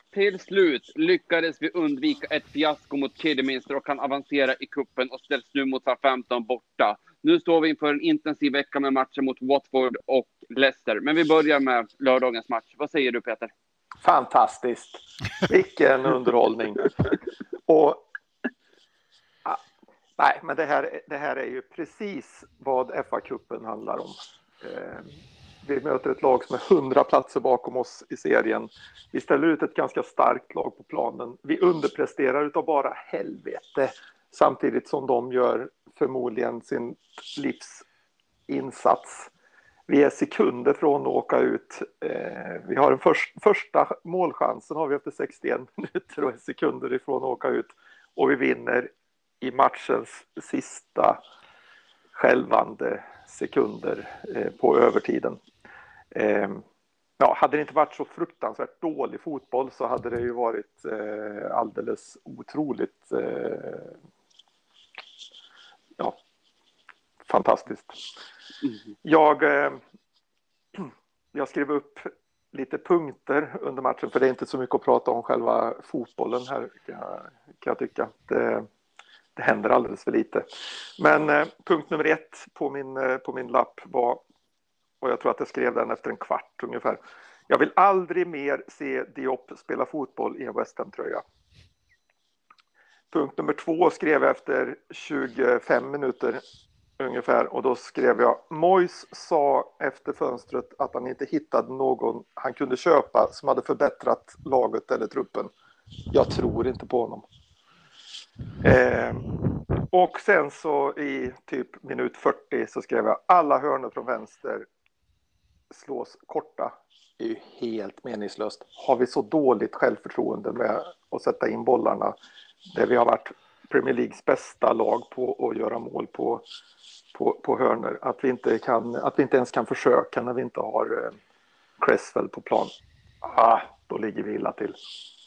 Till slut lyckades vi undvika ett fiasko mot Kidderminster och kan avancera i kuppen och ställs nu mot SA-15 borta. Nu står vi inför en intensiv vecka med matcher mot Watford och Leicester. Men vi börjar med lördagens match. Vad säger du, Peter? Fantastiskt. Vilken underhållning. Och nej, men det här är ju precis vad FA-cupen handlar om. Vi möter ett lag som är 100 platser bakom oss i serien. Vi ställer ut ett ganska starkt lag på planen. Vi underpresterar utav bara helvete. Samtidigt som de gör förmodligen sin livsinsats. Vi är sekunder från att åka ut. Vi har en första målchansen har vi efter 61 minuter och är sekunder ifrån att åka ut. Och vi vinner i matchens sista skälvande sekunder på övertiden. Hade det inte varit så fruktansvärt dålig fotboll så hade det ju varit alldeles otroligt fantastiskt. Jag skrev upp lite punkter under matchen, för det är inte så mycket att prata om själva fotbollen här kan jag tycka. Det händer alldeles för lite. Men punkt nummer 1 på min lapp var, och jag tror att jag skrev den efter en kvart ungefär. Jag vill aldrig mer se Diop spela fotboll i en West Ham-tröja. Punkt nummer 2 skrev jag efter 25 minuter ungefär, och då skrev jag: Moyes sa efter fönstret att han inte hittade någon han kunde köpa som hade förbättrat laget eller truppen. Jag tror inte på honom. Och sen så i typ minut 40 så skrev jag: alla hörnor från vänster slås korta. Det är ju helt meningslöst. Har vi så dåligt självförtroende med att sätta in bollarna där vi har varit Premier Leagues bästa lag på att göra mål på hörnor, att vi inte ens kan försöka när vi inte har Cresswell på plan. Då ligger vi illa till.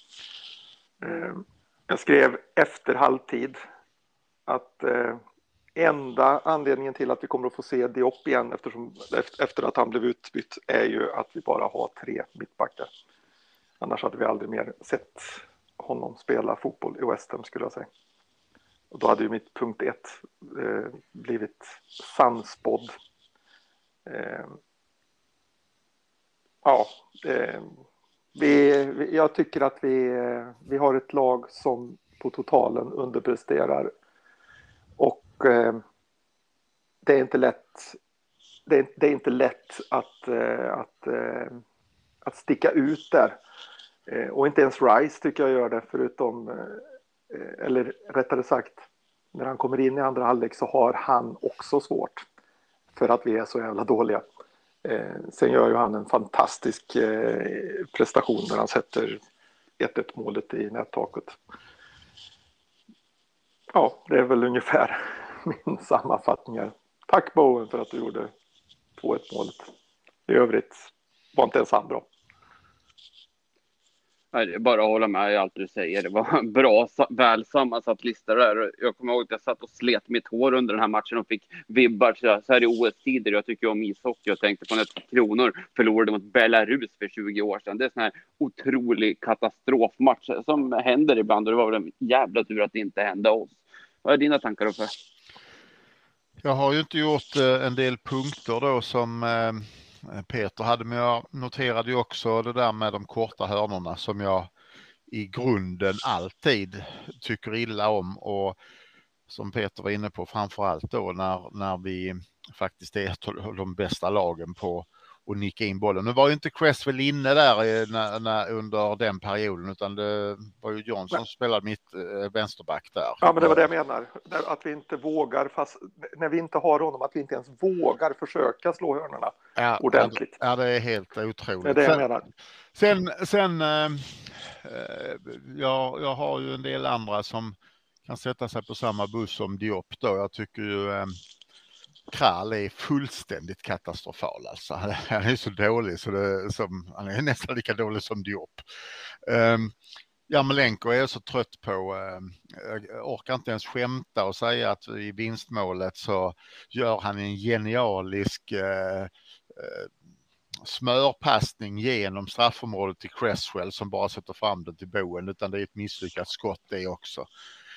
Jag skrev efter halvtid att enda anledningen till att vi kommer att få se Diop igen efter att han blev utbytt är ju att vi bara har 3 mittbackar. Annars hade vi aldrig mer sett honom spela fotboll i West Ham, skulle jag säga. Och då hade ju mitt punkt 1 blivit sannspådd. Jag tycker att vi har ett lag som på totalen underpresterar. Och det är inte lätt. Det är inte lätt att sticka ut där. Och inte ens Rice tycker jag gör det, förutom, eller rättare sagt, när han kommer in i andra halvlek så har han också svårt för att vi är så jävla dåliga. Sen gör ju han en fantastisk prestation när han sätter 1-1 målet i nättaket. Ja, det är väl ungefär min sammanfattning här. Tack Bowen för att du gjorde 2-1 målet. I övrigt var inte ens han bra. Nej, det är bara att hålla med i allt du säger. Det var en bra, väl sammansatt lista där. Jag kommer ihåg att jag satt och slet mitt hår under den här matchen och fick vibbar så här i OS-tider. Jag tycker om ishockey och tänkte på när 2 Kronor förlorade mot Belarus för 20 år sedan. Det är en sån här otrolig katastrofmatch som händer ibland, och det var väl en jävla tur att det inte hände oss. Vad är dina tankar om det? Jag har ju inte gjort en del punkter då som Peter hade, men jag noterade ju också det där med de korta hörnorna som jag i grunden alltid tycker illa om, och som Peter var inne på, framförallt då när vi faktiskt är ett av de bästa lagen på att nicka in bollen. Nu var ju inte Cresswell inne där under den perioden, utan det var ju Johnson som spelade mitt vänsterback där. Ja, men det var det jag menar. Att vi inte vågar, fast när vi inte har honom, att vi inte ens vågar försöka slå hörnorna ordentligt. Ja, det är helt otroligt. Det är det jag menar. Sen jag har ju en del andra som kan sätta sig på samma buss som Diop då. Jag tycker ju Krall är fullständigt katastrofal alltså. Han är så dålig han är nästan lika dålig som Diop. Jarmolenko är jag så trött på. Jag orkar inte ens skämta och säga att i vinstmålet så gör han en genialisk smörpassning genom straffområdet till Cresswell som bara sätter fram den till Bowen, utan det är ett misslyckat skott det också.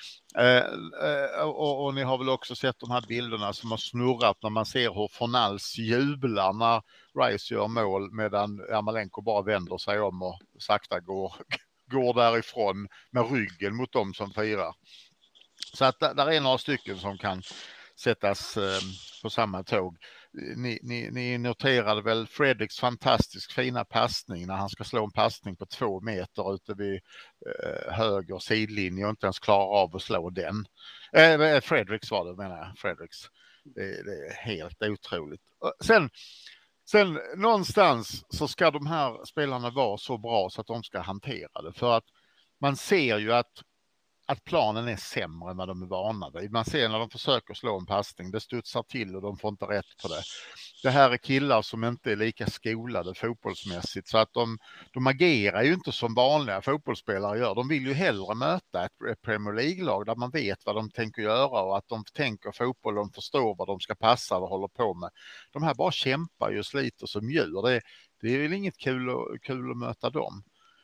Och ni har väl också sett de här bilderna som har snurrat när man ser hur Fornals jublar när Rice gör mål medan Yarmolenko bara vänder sig om och sakta går därifrån med ryggen mot dem som firar. Så att där är några stycken som kan sättas på samma tåg. Ni noterade väl Fredriks fantastiskt fina passning när han ska slå en passning på 2 meter ute vid höger sidlinje och inte ens klarar av att slå den. Fredriks var det, menar jag. Fredriks. Det är helt otroligt. Sen någonstans så ska de här spelarna vara så bra så att de ska hantera det. För att man ser ju att planen är sämre än vad de är vana vid. Man ser när de försöker slå en passning, det studsar till och de får inte rätt på det. Det här är killar som inte är lika skolade fotbollsmässigt, så att de agerar ju inte som vanliga fotbollsspelare gör. De vill ju hellre möta ett Premier League-lag där man vet vad de tänker göra och att de tänker fotboll, de förstår vad de ska passa och håller på med. De här bara kämpar ju och sliter som djur. Det är väl inget kul att möta dem.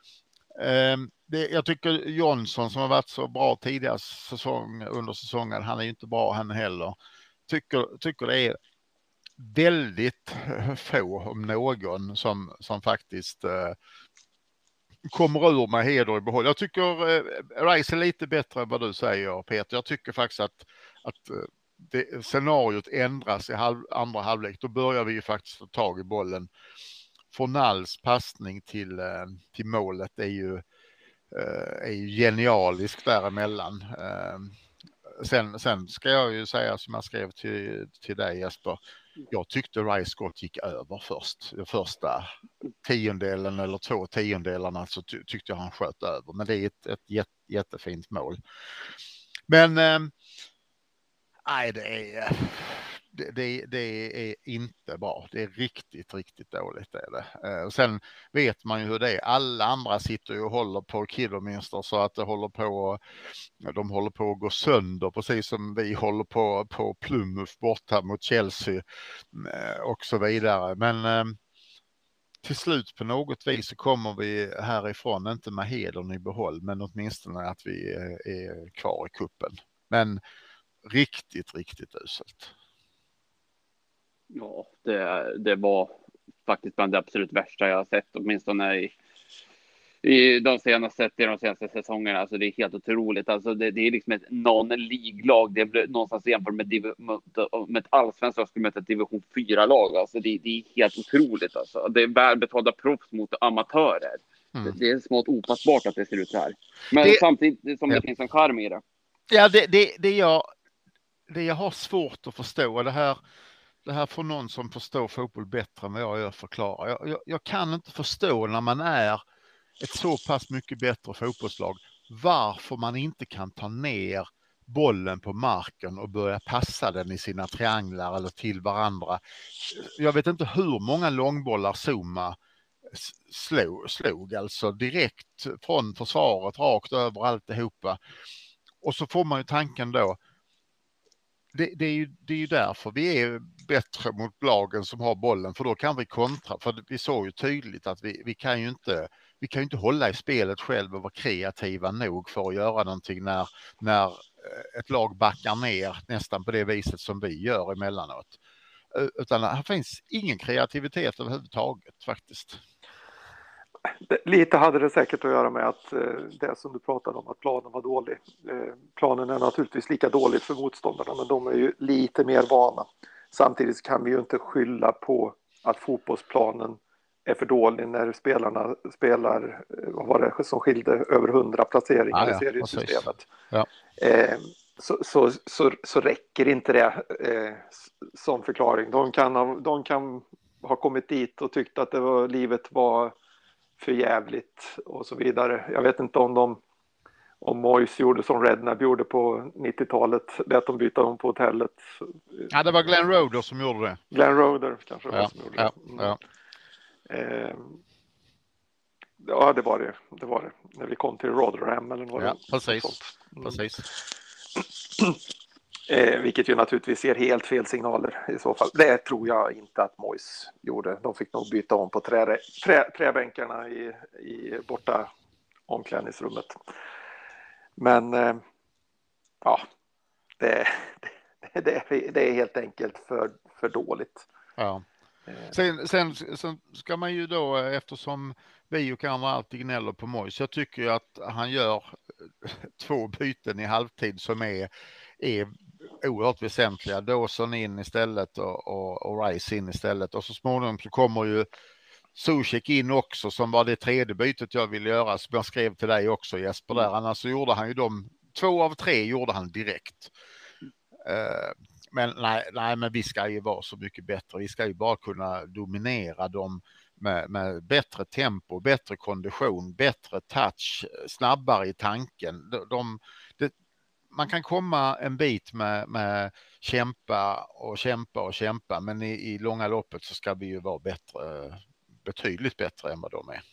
Jag tycker Johnson som har varit så bra tidigare under säsongen, han är ju inte bra han heller. Tycker det är väldigt få om någon som faktiskt kommer ur med heder i behåll. Jag tycker Rice är lite bättre än vad du säger, Peter. Jag tycker faktiskt att scenariot ändras i andra halvlek. Då börjar vi ju faktiskt få tag i bollen. Fornals passning till målet är ju genialisk däremellan. Sen ska jag ju säga som jag skrev till dig, Jesper. Jag tyckte Rice skott gick över först. Den första tiondelen eller 2 tiondelarna så tyckte jag han sköt över. Men det är ett jättefint mål. Men nej, det är inte bra. Det är riktigt, riktigt dåligt är det. Och sen vet man ju hur det är. Alla andra sitter ju och håller på Kidderminster så att de håller på att gå sönder, precis som vi håller på Plymouth borta mot Chelsea och så vidare. Men till slut på något vis så kommer vi härifrån, inte med hedern i behåll, men åtminstone att vi är kvar i kuppen. Men riktigt, riktigt uselt. Ja, det var faktiskt bland det absolut värsta jag har sett, åtminstone i de senaste säsongerna. Alltså det är helt otroligt. Alltså det är liksom ett non-league-lag. Det är någonstans jämfört med ett allsvenskt lag skulle möta ett division 4-lag. Alltså det är helt otroligt. Alltså. Det är välbetalda proffs mot amatörer. Det är smått ofattbart att det ser ut så här. Men samtidigt som det finns en charm i det. Ja, det jag har svårt att förstå, det här får någon som förstår fotboll bättre än vad jag gör förklara. Jag kan inte förstå när man är ett så pass mycket bättre fotbollslag varför man inte kan ta ner bollen på marken och börja passa den i sina trianglar eller till varandra. Jag vet inte hur många långbollar Zuma slog alltså direkt från försvaret rakt över alltihopa. Och så får man ju tanken då, det är ju därför vi är bättre mot lagen som har bollen, för då kan vi kontra. För vi såg ju tydligt att vi kan ju inte hålla i spelet själv och vara kreativa nog för att göra någonting när ett lag backar ner nästan på det viset som vi gör emellanåt. Utan här finns ingen kreativitet överhuvudtaget faktiskt. Lite hade det säkert att göra med att det som du pratade om, att planen var dålig. Planen är naturligtvis lika dålig för motståndarna, men de är ju lite mer vana. Samtidigt kan vi ju inte skylla på att fotbollsplanen är för dålig när spelarna spelar, vad var det som skilde, över 100 placeringar i seriesystemet. Ja. Så räcker inte det som förklaring. De kan ha kommit dit och tyckt att livet var för jävligt och så vidare. Jag vet inte om Moyes gjorde som Redknapp gjorde på 90-talet, lät de byta dem på hotellet. Ja, det var Glenn Roeder som gjorde det. Glenn Roeder kanske var som gjorde det. Ja. Ja, det var det. När vi kom till Rotherham eller något. Ja, precis. Vilket ju naturligtvis ger helt fel signaler i så fall. Det tror jag inte att Moyes gjorde. De fick nog byta om på träbänkarna i borta omklädningsrummet. Men ja, det är helt enkelt för dåligt. Ja. Sen ska man ju då, eftersom vi och andra alltid gnäller på Moyes, jag tycker ju att han gör 2 byten i halvtid som är oerhört väsentliga. Dawson in istället och Rice in istället. Och så småningom så kommer ju Zuzek in också, som var det 3:e bytet jag ville göra, som jag skrev till dig också, Jesper, där. Annars så gjorde han ju 2 av 3 gjorde han direkt. Men nej, men vi ska ju vara så mycket bättre. Vi ska ju bara kunna dominera dem med bättre tempo, bättre kondition, bättre touch, snabbare i tanken. Man kan komma en bit med kämpa, men i långa loppet så ska vi ju vara bättre, betydligt bättre än vad de är.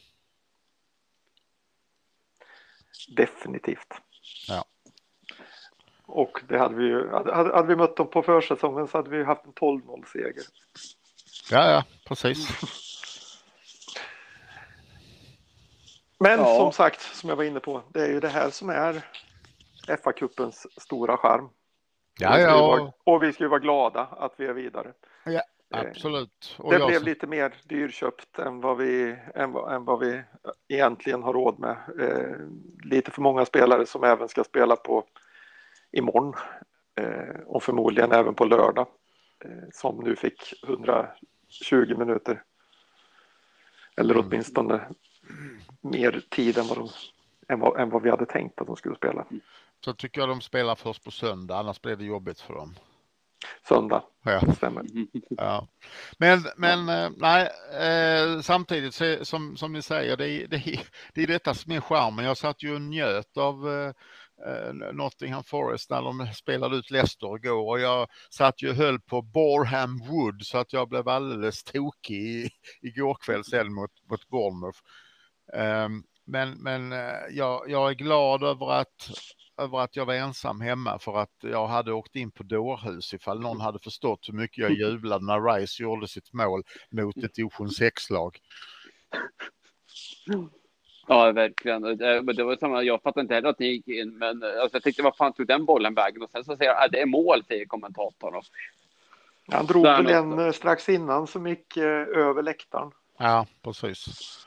Definitivt. Ja. Och det hade vi ju, hade vi mött dem på försäsongen så hade vi haft en 12-0-seger. Ja, precis. Men som sagt, som jag var inne på, det är ju det här som är FA-cupens stora charm. Och vi ska ju vara glada att vi är vidare. Ja, absolut. Och det blev lite mer dyrköpt än vad vi egentligen har råd med. Lite för många spelare som även ska spela på imorgon och förmodligen även på lördag, som nu fick 120 minuter eller åtminstone mer tid än vad vi hade tänkt att de skulle spela. Så tycker jag de spelar först på söndag, annars blir det jobbigt för dem. Söndag, ja. Stämmer. Ja. Men nej, samtidigt som ni säger, det är detta som är charmen. Jag satt ju och njöt av Nottingham Forest när de spelade ut Leicester igår, och jag satt ju och höll på Boreham Wood så att jag blev alldeles tokig igår kväll sen mot Bournemouth. Men jag är glad över att jag var ensam hemma, för att jag hade åkt in på dårhus ifall någon hade förstått hur mycket jag jublade när Rice gjorde sitt mål mot ett division 6-lag. Ja, verkligen. Det var samma, jag fattade inte heller att ni gick in, men alltså, jag tänkte, vad fan tog den bollen vägen? Och sen så säger jag, det är mål, säger kommentatorn. Han drog väl en strax innan som gick över läktaren. Ja, precis.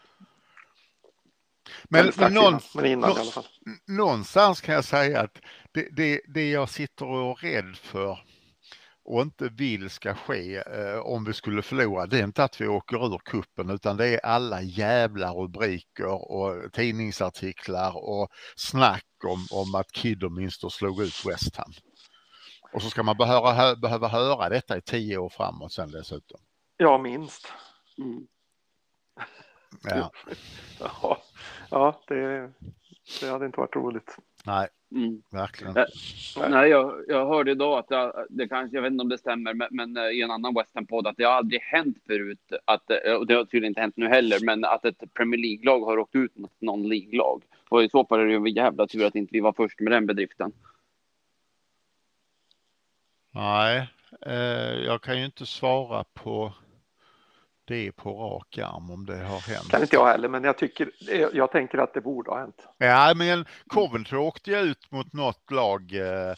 Men innan i alla fall. Någonstans kan jag säga att det jag sitter och är rädd för och inte vill ska ske om vi skulle förlora, det är inte att vi åker ur kuppen, utan det är alla jävla rubriker och tidningsartiklar och snack om att Kidderminster slog ut West Ham. Och så ska man behöva höra detta i 10 år framåt sen dessutom. Ja, minst. Ja, det hade inte varit roligt. Nej, verkligen. Nej, jag hörde idag att det kanske, jag vet inte om det stämmer, men i en annan West Ham-podd att det har aldrig hänt förut, och det har tydligen inte hänt nu heller, men att ett Premier League-lag har åkt ut mot någon League-lag. Och i så fall är det ju jävla tur att inte vi var först med den bedriften. Nej, jag kan ju inte svara på det på rak arm om det har hänt. Kan inte jag heller, men jag tänker att det borde ha hänt. Ja, men Coventry åkte ju ut mot något lag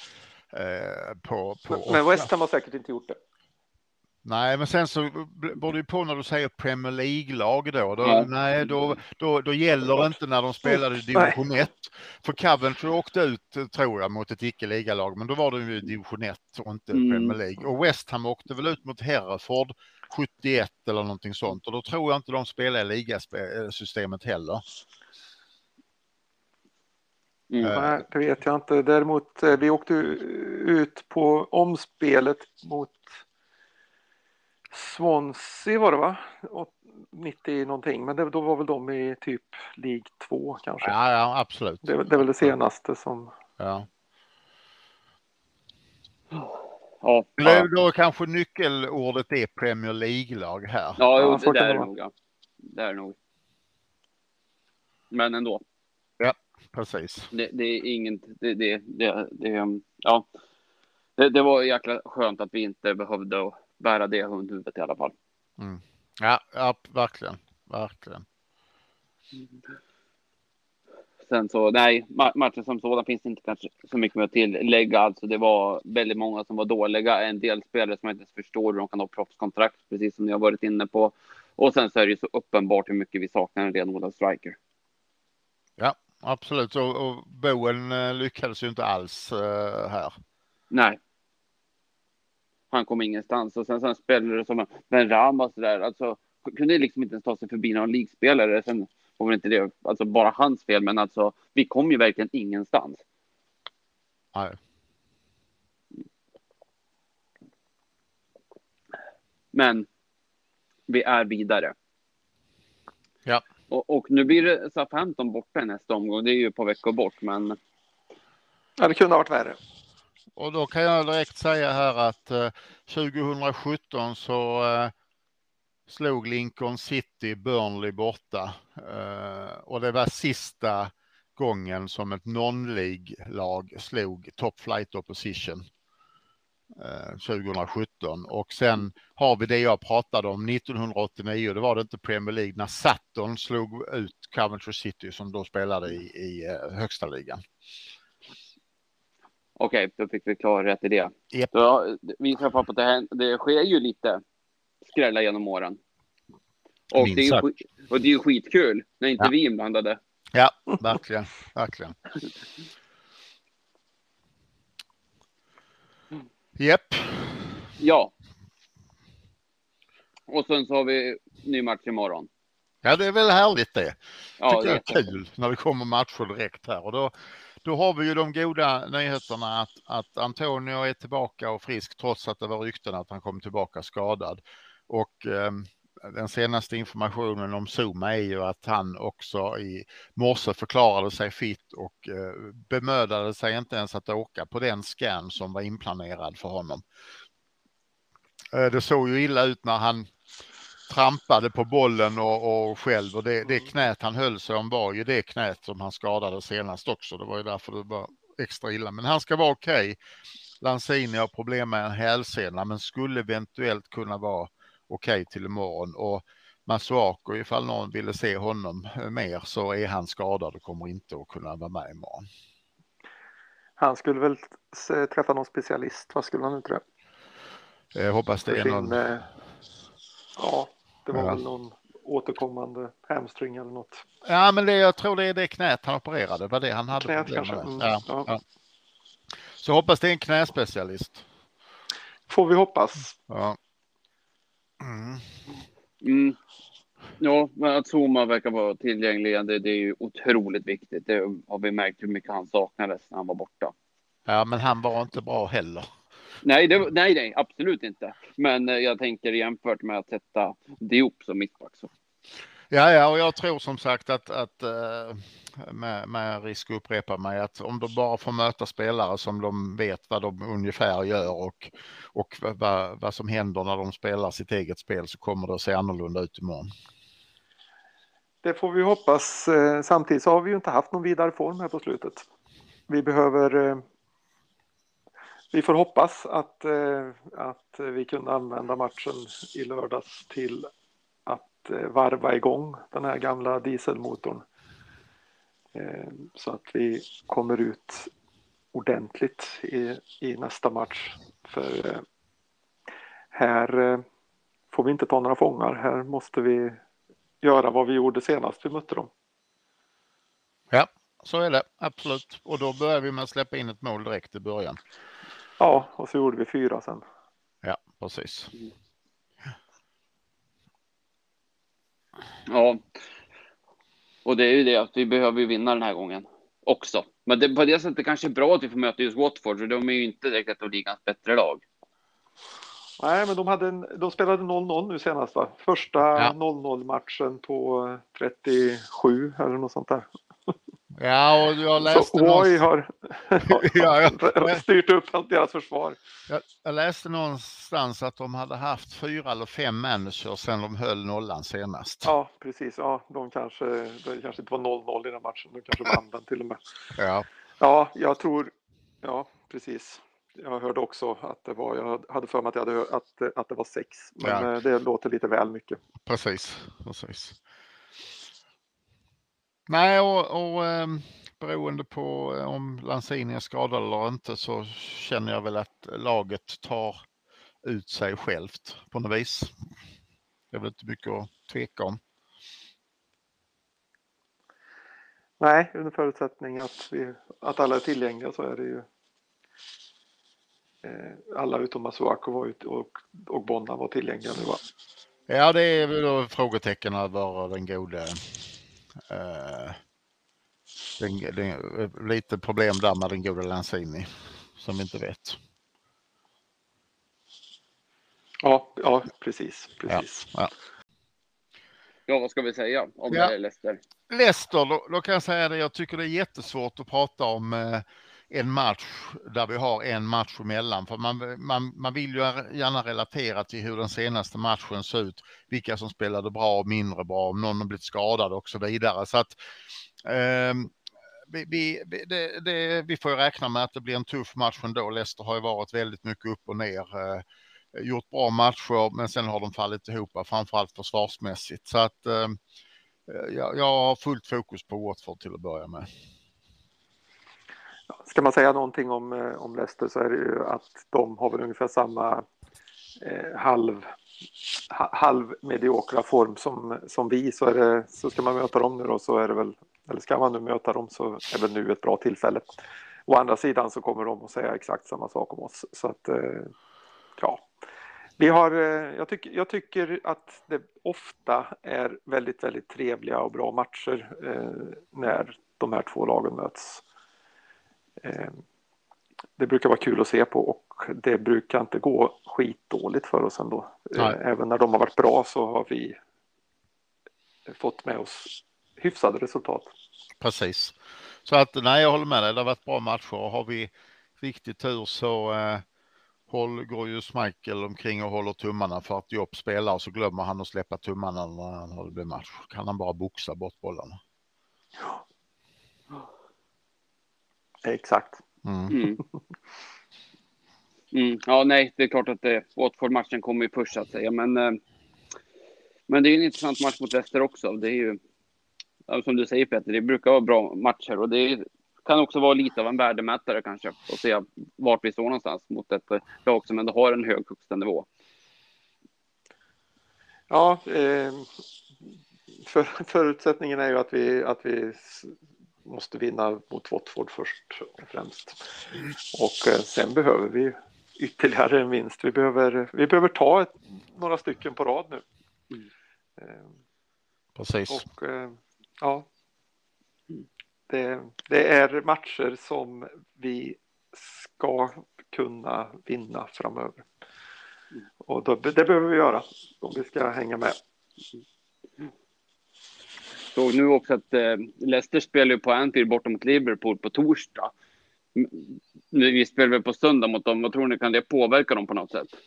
på men West Ham har säkert inte gjort det. Nej, men sen så beror det ju på när du säger Premier League-lag då gäller det inte när de spelade i division 1. För Coventry åkte ut, tror jag, mot ett icke-ligalag, men då var det ju division 1 och inte Premier League. Och West Ham åkte väl ut mot Hereford 71 eller någonting sånt, och då tror jag inte de spelar i ligasystemet heller. Nej, det vet jag inte. Däremot, vi åkte ut på omspelet mot Swansea var det, va? 90 någonting, men då var väl de i typ League 2 kanske. Ja, absolut. Det är väl det senaste som... Ja. Då kanske nyckelordet är Premier League-lag här. Ja, det är nog. Ja. Det är nog. Men ändå. Ja, precis. Det är inget... Ja. Det var jäkla skönt att vi inte behövde bära det hundhuvudet i alla fall. Mm. Ja, verkligen. Sen så, nej, matchen som sådan finns inte kanske så mycket med att tillägga. Alltså det var väldigt många som var dåliga. En del spelare som jag inte ens förstår hur de kan ha proffskontrakt, precis som ni har varit inne på. Och sen så är det ju så uppenbart hur mycket vi saknar en renodlad striker. Ja, absolut. Och Bowen lyckades ju inte alls här. Nej. Han kom ingenstans. Och sen spelare som Ben Rama och sådär. Alltså, kunde liksom inte ens ta sig förbi någon ligspelare. Sen var väl inte det alltså bara hans fel. Men alltså, vi kom ju verkligen ingenstans. Nej. Men vi är vidare. Ja. Och nu blir det Southampton borta i nästa omgång. Det är ju ett par veckor bort, men... Ja, det kunde ha varit värre. Och då kan jag direkt säga här att 2017 så slog Lincoln City Burnley borta. Och det var sista gången som ett non-league-lag slog top flight opposition 2017. Och sen har vi det jag pratade om 1989, det var det inte Premier League, när Sutton slog ut Coventry City som då spelade i högsta ligan. Okej, då fick vi klarhet i det. Yep. Så vi ska på att det sker ju lite skrälla genom åren. Och det är ju skitkul när inte vi är inblandade. Ja, verkligen. Japp. Ja. Och sen så har vi ny match imorgon. Ja, det är väl härligt det. Ja, tycker jag är kul när det kommer matcher direkt här. Och då har vi ju de goda nyheterna att Antonio är tillbaka och frisk trots att det var rykten att han kom tillbaka skadad. Och den senaste informationen om Zuma är ju att han också i morse förklarade sig fit och bemödade sig inte ens att åka på den scan som var inplanerad för honom. Det såg ju illa ut när han trampade på bollen och själv, och det knät han höll sig om var ju det knät som han skadade senast också. Det var ju därför det var extra illa. Men han ska vara okej. Lanzini har problem med en hälsena men skulle eventuellt kunna vara okej till imorgon. Och Masuaku, ifall någon ville se honom mer, så är han skadad och kommer inte att kunna vara med imorgon. Han skulle väl träffa någon specialist. Vad skulle han inte det? Jag hoppas det är någon... Ja, det var väl någon återkommande hamstring eller något. Ja, men jag tror det är det knät han opererade. Det var det han hade problem med. Ja. Så hoppas det är en knäspecialist. Får vi hoppas. Ja. Ja, men att Zuma verkar vara tillgänglig, det är ju otroligt viktigt. Det har vi märkt hur mycket han saknades när han var borta. Ja, men han var inte bra heller. Nej, absolut inte. Men jag tänker jämfört med att sätta Diop som mittback så. Ja, och jag tror som sagt att med risk att upprepa mig, att om de bara får möta spelare som de vet vad de ungefär gör och vad som händer när de spelar sitt eget spel, så kommer det att se annorlunda ut imorgon. Det får vi hoppas. Samtidigt så har vi ju inte haft någon vidare form här på slutet. Vi får hoppas att vi kunde använda matchen i lördags till att varva igång den här gamla dieselmotorn. Så att vi kommer ut ordentligt i nästa match. För här får vi inte ta några fångar. Här måste vi göra vad vi gjorde senast vi mötte dem. Ja, så är det. Absolut. Och då börjar vi med att släppa in ett mål direkt i början. Ja, och så gjorde vi 4 sen. Ja, precis. Ja. Och det är ju det att vi behöver vinna den här gången också. Men på det sättet kanske är bra att vi får möta just Watford, för de är ju inte direkt ett av ligans bättre lag. Nej, men de spelade 0-0 nu senast, va? Första 0-0-matchen på 37 eller något sånt där. Ja, och jag läste har styrt upp allt deras försvar. Jag läste någonstans att de hade haft 4 eller 5 managers sedan de höll nollan senast. Ja, precis. Ja, det kanske inte var 0-0 i den matchen. De kanske vann den till och med. Ja. Ja, jag tror... Ja, precis. Jag hörde också att det var, jag hade för mig att jag hade hört att det var 6, men Ja. det låter lite väl mycket. Precis. Nej, och beroende på om Lanzini är skadad eller inte så känner jag väl att laget tar ut sig självt på något vis. Det är väl inte mycket att tveka om. Nej, under förutsättning att alla är tillgängliga så är det ju alla utom Masuaku var ute och Bonna var tillgängliga nu, va? Ja, det är väl då frågetecken över den gode. Lite problem där med den goda Lanzini som vi inte vet. Ja, precis. Ja. Ja, vad ska vi säga om Leicester? Leicester, då kan jag säga det. Jag tycker det är jättesvårt att prata om en match där vi har en match emellan. För man vill ju gärna relatera till hur den senaste matchen ser ut. Vilka som spelade bra och mindre bra, om någon har blivit skadad och så vidare. Så att vi får ju räkna med att det blir en tuff match ändå. Leicester har ju varit väldigt mycket upp och ner. Gjort bra matcher, men sen har de fallit ihop, framförallt försvarsmässigt. Så att jag har fullt fokus på Watford till att börja med. Ska man säga någonting om Leicester så är det ju att de har väl ungefär samma halvmediokra form som vi, så ska man möta dem nu då, så är det väl, eller ska man nu möta dem så är väl nu ett bra tillfälle. Å andra sidan så kommer de att säga exakt samma sak om oss, så att ja. Jag tycker att det ofta är väldigt, väldigt trevliga och bra matcher när de här två lagen möts. Det brukar vara kul att se på och det brukar inte gå skitdåligt för oss ändå. Även när de har varit bra så har vi fått med oss hyfsade resultat. Precis. Så att nej, jag håller med dig. Det har varit bra matcher och har vi riktigt tur så går ju Michael omkring och håller tummarna för att Jobb spelar och så glömmer han att släppa tummarna när det blir match. Kan han bara boxa bort bollarna. Ja. Exakt. Ja, nej, det är klart att Watford-matchen kommer ju först, så att säga. Men det är ju en intressant match mot Leicester också. Det är ju, som du säger Peter, det brukar vara bra matcher och det kan också vara lite av en värdemätare kanske och se vart vi står någonstans mot ett lag som ändå har en hög högsta nivå. Ja, förutsättningen är ju att vi måste vinna mot Watford först och främst. Och sen behöver vi ytterligare en vinst. Vi behöver ta några stycken på rad nu. Precis. Och ja, det är matcher som vi ska kunna vinna framöver. Och det behöver vi göra om vi ska hänga med. Så nu också att Leicester spelar ju på Anfield borta mot Liverpool på torsdag. Vi spelar väl på söndag mot dem. Vad tror ni, kan det påverka dem på något sätt?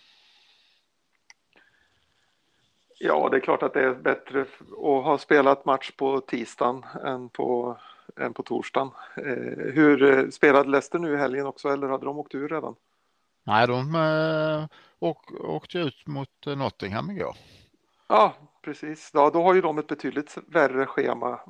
Ja, det är klart att det är bättre att ha spelat match på tisdagen än på torsdagen. Hur spelade Leicester nu i helgen också, eller hade de åkt ur redan? Nej, de åkte ut mot Nottingham igår. Ja, precis. Ja, då har ju de ett betydligt värre schema.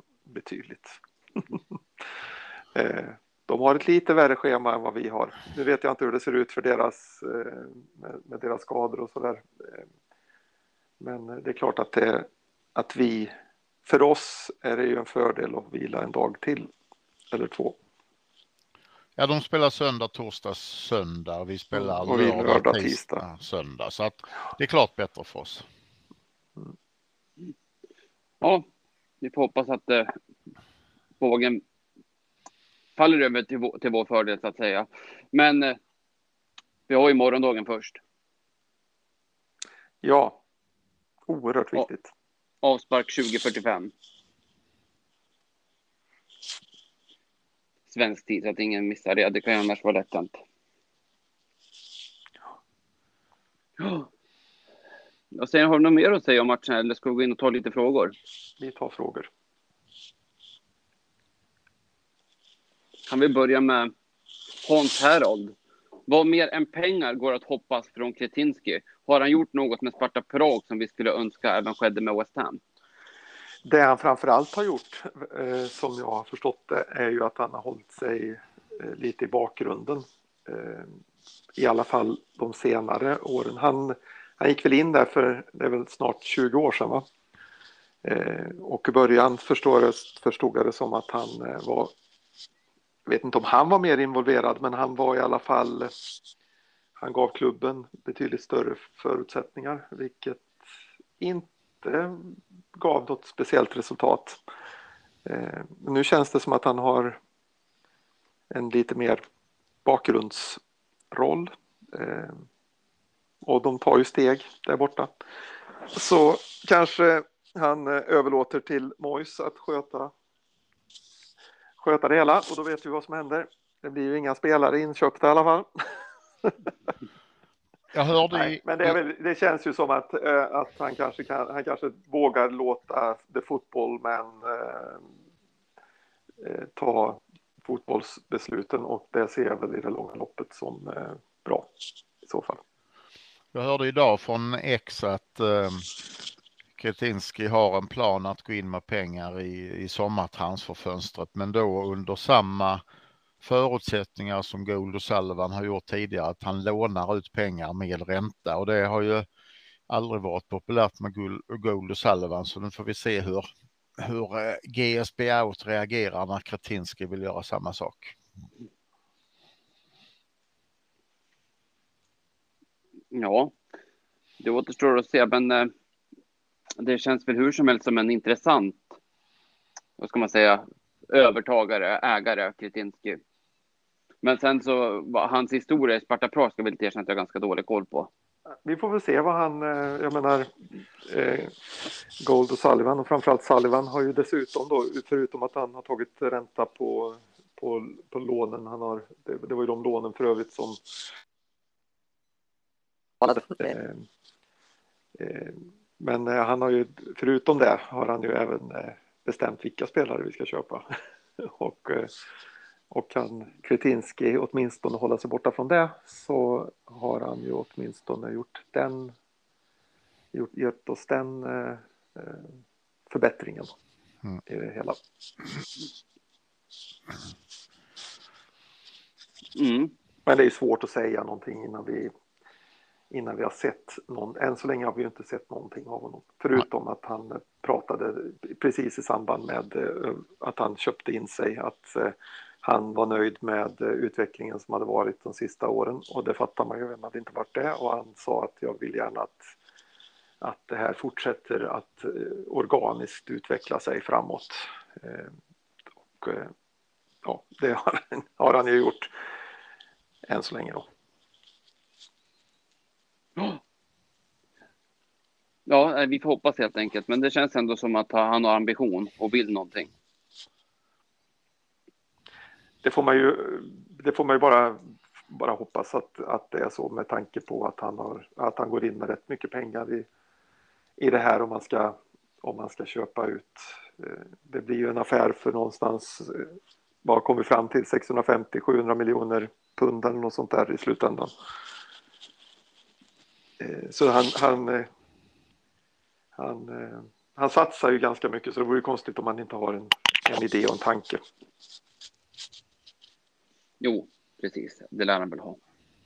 De har ett lite värre schema än vad vi har. Nu vet jag inte hur det ser ut för med deras skador och sådär. Men det är klart att för oss är det ju en fördel att vila en dag till eller två. Ja, de spelar söndag, torsdag, söndag. Vi spelar och lördag, tisdag, söndag. Så att det är klart bättre för oss. Ja, vi får hoppas att vågen faller över till vår fördel, så att säga. Men vi har ju morgondagen först. Ja, oerhört viktigt. Avspark 20:45. Svensk tid, så att ingen missar det. Det kan ju annars vara lätt hänt. Och sen, har du något mer att säga om matchen eller ska vi gå in och ta lite frågor? Vi tar frågor. Kan vi börja med Hans Herald. Vad mer än pengar går att hoppas från Kretinsky? Har han gjort något med Sparta Prag som vi skulle önska även skedde med West Ham? Det han framförallt har gjort, som jag har förstått det, är ju att han har hållit sig lite i bakgrunden. I alla fall de senare åren. Han gick väl in där för, det är väl snart 20 år sedan, va? Och i början förstod jag det som att han var, jag vet inte om han var mer involverad, men han var i alla fall, han gav klubben betydligt större förutsättningar, vilket inte gav något speciellt resultat. Nu känns det som att han har en lite mer bakgrundsroll, och de tar ju steg där borta. Så kanske han överlåter till Moyes att sköta det hela, och då vet vi vad som händer. Det blir ju inga spelare inköpta i alla fall. Jag hörde Nej, men det känns ju som att han kanske vågar låta The Football Man ta fotbollsbesluten, och det ser jag väl i det långa loppet som bra i så fall. Jag hörde idag från X att Kretinsky har en plan att gå in med pengar i sommartransferfönstret, men då under samma förutsättningar som Gould och Sullivan har gjort tidigare, att han lånar ut pengar med ränta, och det har ju aldrig varit populärt med Gould och Sullivan, så nu får vi se hur GSB Out reagerar när Kretinsky vill göra samma sak. Ja, det återstår att se, men det känns väl hur som helst som en intressant, vad ska man säga, ägare Kretinsky. Men sen så, hans historia i Sparta Prag ska väl inte erkänna att jag har ganska dålig koll på. Vi får väl se vad han, jag menar, Gould och Sullivan, och framförallt Sullivan har ju dessutom då, förutom att han har tagit ränta på lånen, det var ju de lånen för övrigt som men han har ju, förutom det har han ju även bestämt vilka spelare vi ska köpa. Och kan Kretinsky åtminstone hålla sig borta från det, så har han ju åtminstone gett oss den förbättringen i det hela. Men det är svårt att säga någonting innan vi har sett någon. Än så länge har vi ju inte sett någonting av honom. Förutom att han pratade precis i samband med att han köpte in sig, att han var nöjd med utvecklingen som hade varit de sista åren. Och det fattar man ju, vem hade inte varit det. Och han sa att jag vill gärna att det här fortsätter att organiskt utveckla sig framåt. Och ja, det har han ju gjort än så länge då. Ja, vi får hoppas helt enkelt. Men det känns ändå som att han har ambition och vill någonting. Det får man ju bara hoppas att det är så, med tanke på att han går in med rätt mycket pengar i det här, om man ska köpa ut. Det blir ju en affär för någonstans, vad kommer fram till, 650-700 miljoner pund eller något sånt där i slutändan. Så han satsar ju ganska mycket, så det vore ju konstigt om man inte har en idé och en tanke. Jo, precis. Det lär han väl ha.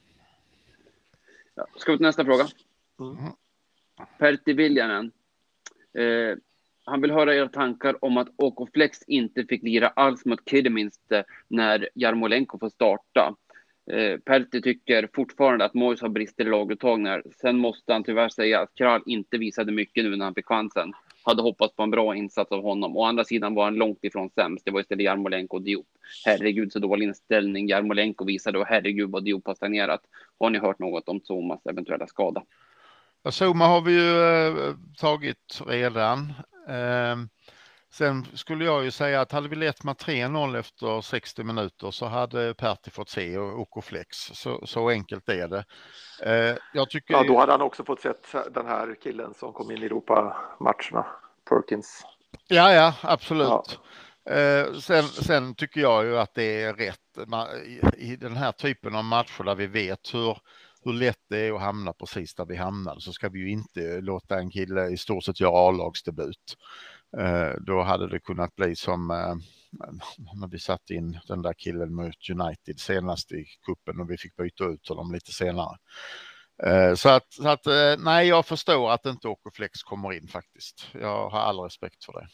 Ja, ska vi till nästa fråga? Pertti Viljanen. Han vill höra era tankar om att OK Flex inte fick lira alls mot Kidderminster när Jarmolenko får starta. Pertti tycker fortfarande att Moyes har brister i laguttagningar. Sen måste han tyvärr säga att Krall inte visade mycket nu när han fick chansen. Hade hoppats på en bra insats av honom. Å andra sidan var han långt ifrån sämst. Det var istället Jarmolenko och Diop. Herregud så dålig inställning Jarmolenko visade, och herregud vad Diop har stagnerat. Har ni hört något om Zomas eventuella skada? Ja, Zuma har vi ju tagit redan. Sen skulle jag ju säga att hade vi lett med 3-0 efter 60 minuter så hade Pertti fått se OK Flex. Så enkelt är det. Jag tycker ja, då hade han också fått sett den här killen som kom in i Europa-matcherna, Perkins. Ja, absolut. Sen tycker jag ju att det är rätt i den här typen av matcher där vi vet hur lätt det är att hamna precis där vi hamnar, så ska vi ju inte låta en kille i stort sett göra A-lagsdebut. Då hade det kunnat bli som när vi satt in den där killen mot United senast i kuppen och vi fick byta ut honom lite senare. Så att nej, jag förstår att inte Okoflex kommer in faktiskt. Jag har all respekt för det.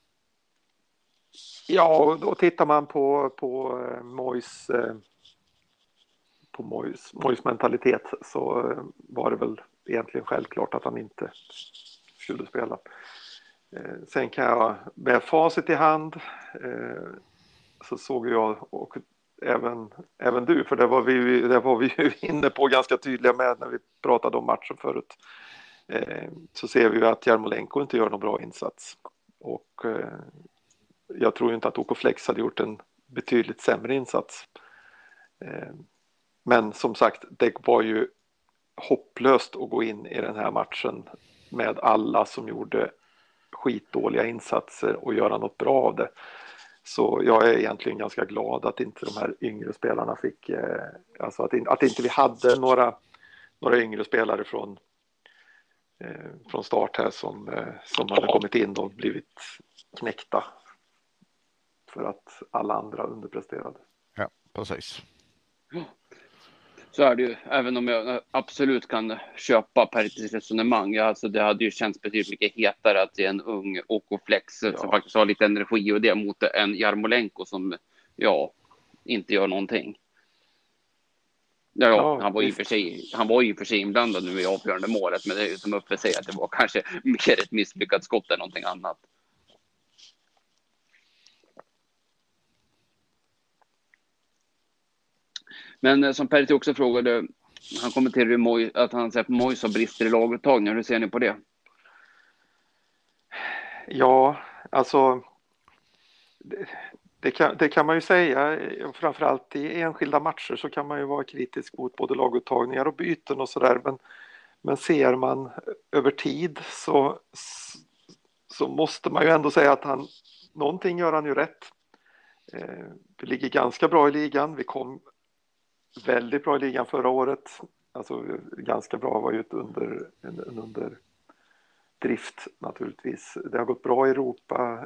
Ja, och då tittar man på Moyes mentalitet, så var det väl egentligen självklart att han inte skulle spela. Sen kan jag med facit i hand så såg jag, och även du, för det var vi ju inne på ganska tydliga med när vi pratade om matchen förut, så ser vi ju att Jarmolenko inte gör någon bra insats, och jag tror inte att Okoflex hade gjort en betydligt sämre insats. Men som sagt, det var ju hopplöst att gå in i den här matchen med alla som gjorde skitdåliga insatser och göra något bra av det. Så jag är egentligen ganska glad att inte de här yngre spelarna fick, alltså att inte vi hade några yngre spelare från start här som hade kommit in och blivit knäckta för att alla andra underpresterade. Ja, precis. Så är det ju, även om jag absolut kan köpa Pertis resonemang. Alltså det hade ju känts betydligt mycket hetare att se en ung Okoflex som faktiskt har lite energi och det mot en Jarmolenko som inte gör någonting. Han var ju för sig inblandad nu i avgörande målet, men det är ju som Uffe säger att det var kanske mer ett misslyckat skott än någonting annat. Men som Pertti också frågade, han kommenterade att han säger att Moyes har brister i laguttagningen. Hur ser ni på det? Ja, alltså det kan man ju säga. Framförallt i enskilda matcher så kan man ju vara kritisk mot både laguttagningar och byten och sådär. Men ser man över tid så måste man ju ändå säga att någonting gör han ju rätt. Vi ligger ganska bra i ligan. Vi kom väldigt bra i ligan förra året. Alltså ganska bra var ju en underdrift naturligtvis. Det har gått bra i Europa.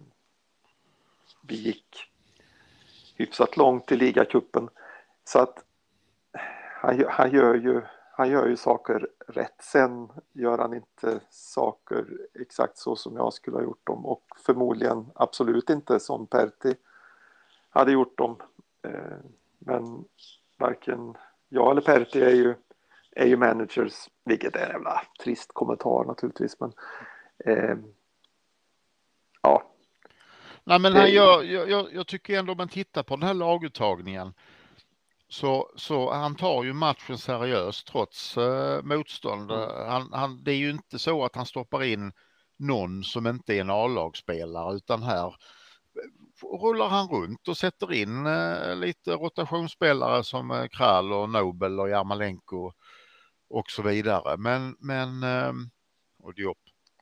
Vi gick hyfsat långt i ligacupen. Så att han gör ju saker rätt. Sen gör han inte saker exakt så som jag skulle ha gjort dem. Och förmodligen absolut inte som Pertti hade gjort dem. Men varken jag eller Pertti är ju managers, vilket är en jävla trist kommentar naturligtvis, men ja. Nej, men jag tycker ändå om man tittar på den här laguttagningen så han tar ju matchen seriöst trots motstånd. Det är ju inte så att han stoppar in någon som inte är en A-lagsspelare, utan här rullar han runt och sätter in lite rotationsspelare som Krall och Nobel och Jarmolenko och så vidare. Men och Diop.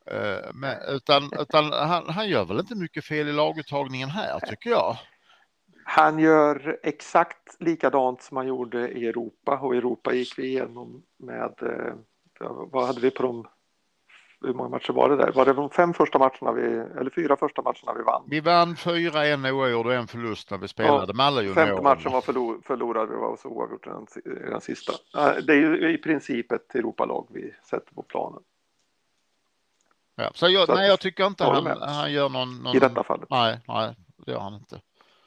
Utan han gör väl inte mycket fel i laguttagningen här, tycker jag. Han gör exakt likadant som han gjorde i Europa, och i Europa gick vi igenom med vad hade vi på dem? Hur många matcher var det där? Var det de 4 första matcherna vi vann? Vi vann 4, en oavgjord och en förlust när vi spelade med alla juniorer. 5:e matchen var förlorade, vi var så oavgjort den sista. Det är ju i princip ett Europalag vi sätter på planen. Ja, jag tycker inte han gör någon... I detta fallet. Nej, det gör han inte.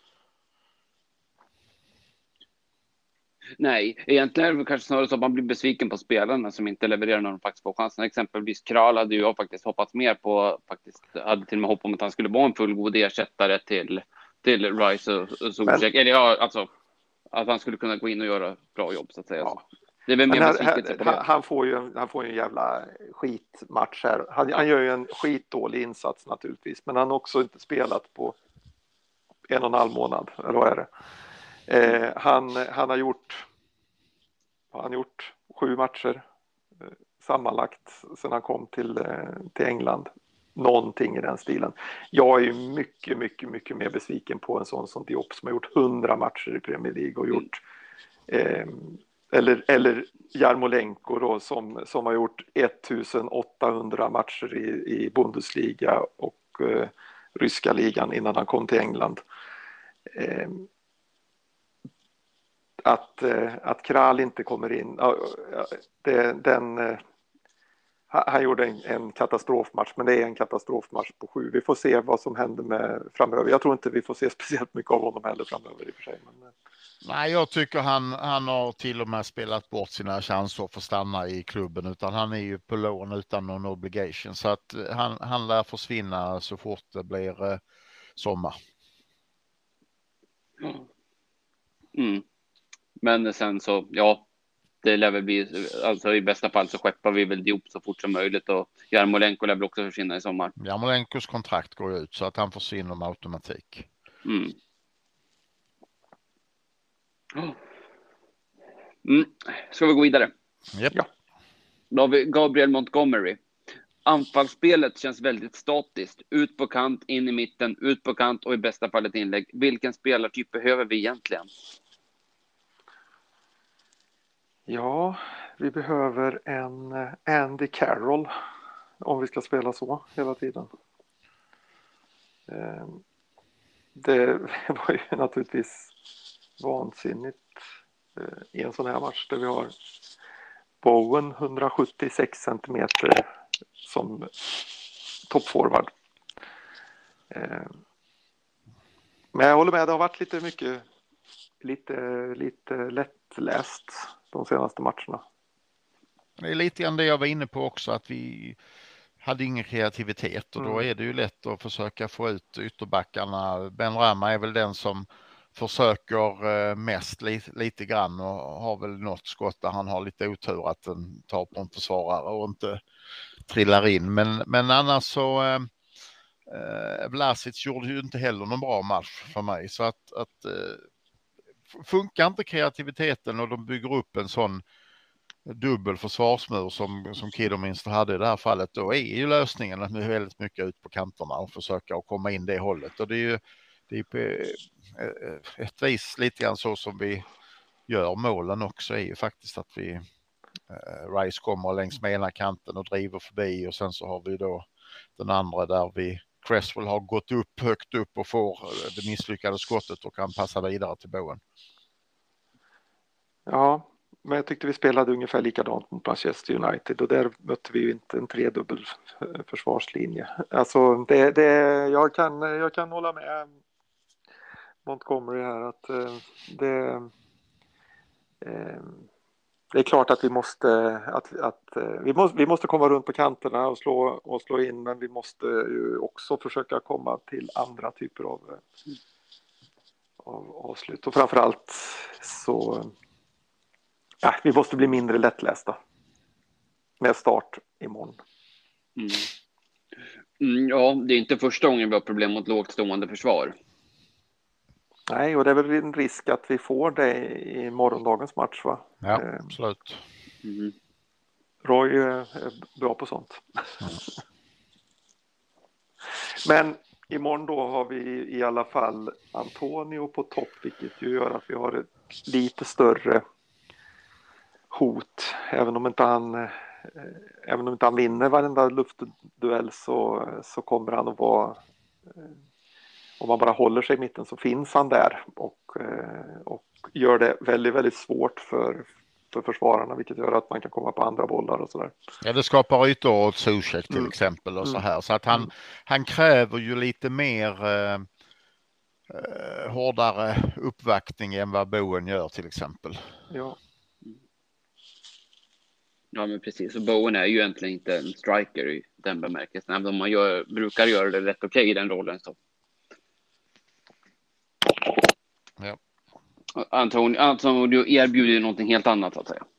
Nej, egentligen är det kanske snarare så att man blir besviken på spelarna som inte levererar när de faktiskt får chansen. Exempelvis Krall hade jag faktiskt hoppats mer på. Hade till och med hopp om att han skulle vara en fullgod ersättare till Rice och Solcheck. Eller alltså att han skulle kunna gå in och göra bra jobb så att säga. Ja. Det är väl mer han får ju en jävla skitmatch här. Han gör ju en skitdålig insats naturligtvis, men han har också inte spelat på 1,5 månad, eller vad är det? Han har gjort 7 matcher sammanlagt sedan han kom till England. någonting i den stilen. Jag är ju mycket, mycket, mycket mer besviken på en sån som Diop som har gjort 100 matcher i Premier League och gjort eller Jarmolenko då, som har gjort 1800 matcher i Bundesliga och ryska ligan innan han kom till England. Att Kral inte kommer in, han gjorde en katastrofmatch, men det är en katastrofmatch på 7. Vi får se vad som händer med framöver. Jag tror inte vi får se speciellt mycket av honom heller framöver i och för sig. Men... Nej, jag tycker han har till och med spelat bort sina chanser för att stanna i klubben, utan han är ju på lån utan någon obligation, så att han lär försvinna så fort det blir sommar. Men sen så, ja, det lär väl bli, alltså i bästa fall så skeppar vi väl Diop så fort som möjligt och Jarmolenko lär väl också försvinna i sommar. Jarmolenkos kontrakt går ut så att han försvinner med automatik. Ska vi gå vidare? Yep. Ja. Då har vi Gabriel Montgomery. Anfallsspelet känns väldigt statiskt. Ut på kant, in i mitten, ut på kant och i bästa fall ett inlägg. Vilken spelartyp behöver vi egentligen? Ja, vi behöver en Andy Carroll om vi ska spela så hela tiden. Det var ju naturligtvis vansinnigt i en sån här match där vi har Bowen 176 centimeter som toppforward. Men jag håller med, det har varit lite lättläst de senaste matcherna. Det är lite grann det jag var inne på också, att vi hade ingen kreativitet och då är det ju lätt att försöka få ut ytterbackarna. Ben Rama är väl den som försöker mest lite grann och har väl något skott där han har lite otur att den tar på en försvarare och inte trillar in. Men annars så Vlasic gjorde ju inte heller någon bra match för mig, så att funkar inte kreativiteten och de bygger upp en sån dubbel försvarsmur som Kidderminster hade i det här fallet, då är ju lösningen att med väldigt mycket ut på kanterna och försöka att komma in det hållet, och det är ju på ett vis lite grann så som vi gör målen också, är ju faktiskt att vi Rice kommer längs med ena kanten och driver förbi, och sen så har vi då den andra där Cresswell har gått upp högt upp och får det misslyckade skottet och kan passa vidare till Bowen. Ja, men jag tyckte vi spelade ungefär likadant mot Manchester United och där mötte vi ju inte en tredubbel försvarslinje. Alltså jag kan hålla med Montgomery här att det är klart att vi måste komma runt på kanterna och slå in, men vi måste ju också försöka komma till andra typer av avslut, och framförallt så vi måste bli mindre lättlästa med start imorgon. Ja, det är inte första gången vi har problem mot lågt stående försvar. Nej, och det är väl en risk att vi får det i morgondagens match, va? Ja, absolut. Roy är bra på sånt. Men imorgon då har vi i alla fall Antonio på topp, vilket ju gör att vi har ett lite större hot. Även om inte han vinner varenda luftduell så kommer han att vara, om man bara håller sig i mitten så finns han där och gör det väldigt, väldigt svårt för försvararna, vilket gör att man kan komma på andra bollar och sådär. Ja, det skapar ytor åt Zuzek till exempel och så här, så att han kräver ju lite mer hårdare uppvaktning än vad Bowen gör till exempel. Ja. Ja, men precis. Och Bowen är ju egentligen inte en striker i den bemärkelsen. Även om man brukar göra det rätt okej i den rollen. Så. Ja. Antonio erbjuder någonting helt annat, så att säga.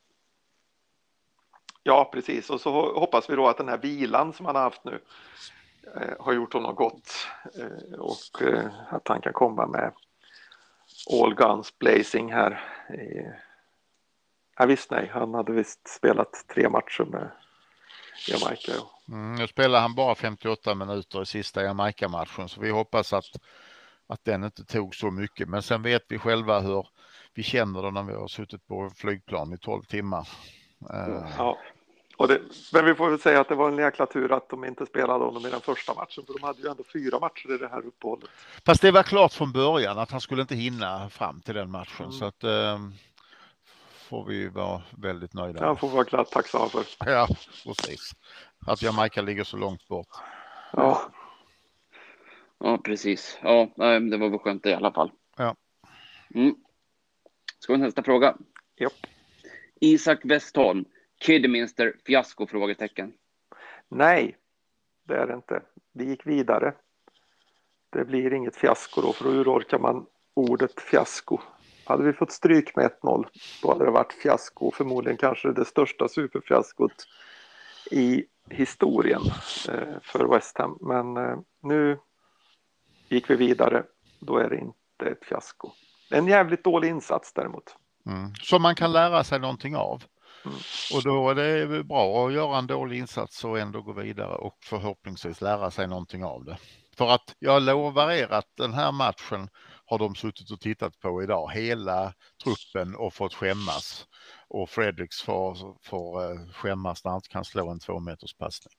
Ja, precis. Och så hoppas vi då att den här vilan som han har haft nu har gjort honom gott. Och att han kan komma med all guns blazing här. Han hade visst spelat 3 matcher Jamaica. Ja. Nu spelar han bara 58 minuter i sista Jamaica-matchen, så vi hoppas att den inte tog så mycket. Men sen vet vi själva hur vi känner det när vi har suttit på flygplan i 12 timmar. Ja. Men vi får väl säga att det var en jäkla tur att de inte spelade honom i den första matchen, för de hade ju ändå 4 matcher i det här uppehållet. Fast det var klart från början att han skulle inte hinna fram till den matchen, så att får vi vara väldigt nöjda med. Han får vara glatt tacksam för. Ja, precis. Att Jamaica ligger så långt bort. Ja. Ja, precis. Ja, det var väl skönt i alla fall. Ja. Ska vi nästa fråga? Ja. Isak Westholm, Kidderminster, fiasko? Frågetecken. Nej, det är det inte. Vi gick vidare. Det blir inget fiasko då, för då urorkar man ordet fiasko. Hade vi fått stryk med 1-0, då hade det varit fiasko. Förmodligen kanske det största superfiaskot i historien för West Ham. Men nu gick vi vidare, då är det inte ett fiasko. En jävligt dålig insats däremot. Som man kan lära sig någonting av. Och då är det bra att göra en dålig insats och ändå gå vidare och förhoppningsvis lära sig någonting av det. För att jag lovar er att den här matchen har de suttit och tittat på idag. Hela truppen och fått skämmas. Och Fredericks får skämmas när han inte kan slå en 2-meters passning.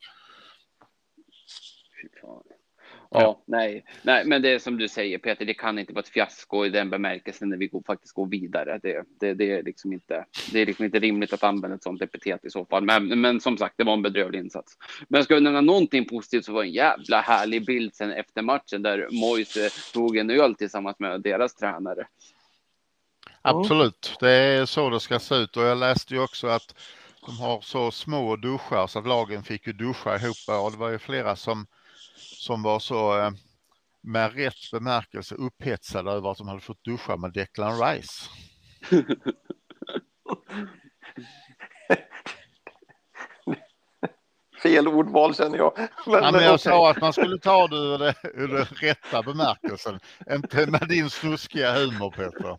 Fy fan. Ja, nej, men det är som du säger, Peter, det kan inte vara ett fiasko i den bemärkelsen när vi faktiskt går vidare. Det är liksom inte rimligt att använda ett sånt epitet i så fall. Men som sagt, det var en bedrövlig insats. Men ska vi nämna någonting positivt, så var det en jävla härlig bild sen efter matchen där Moise tog en öl tillsammans med deras tränare. Absolut, det är så det ska se ut, och jag läste ju också att de har så små duschar så att lagen fick ju duscha ihop, och det var ju flera som var så med rätt bemärkelse upphetsade över att de hade fått duscha med Declan Rice. Fel ordval känner jag. Men jag sa att man skulle ta det ur den rätta bemärkelsen, inte med din snuskiga humor, Peter.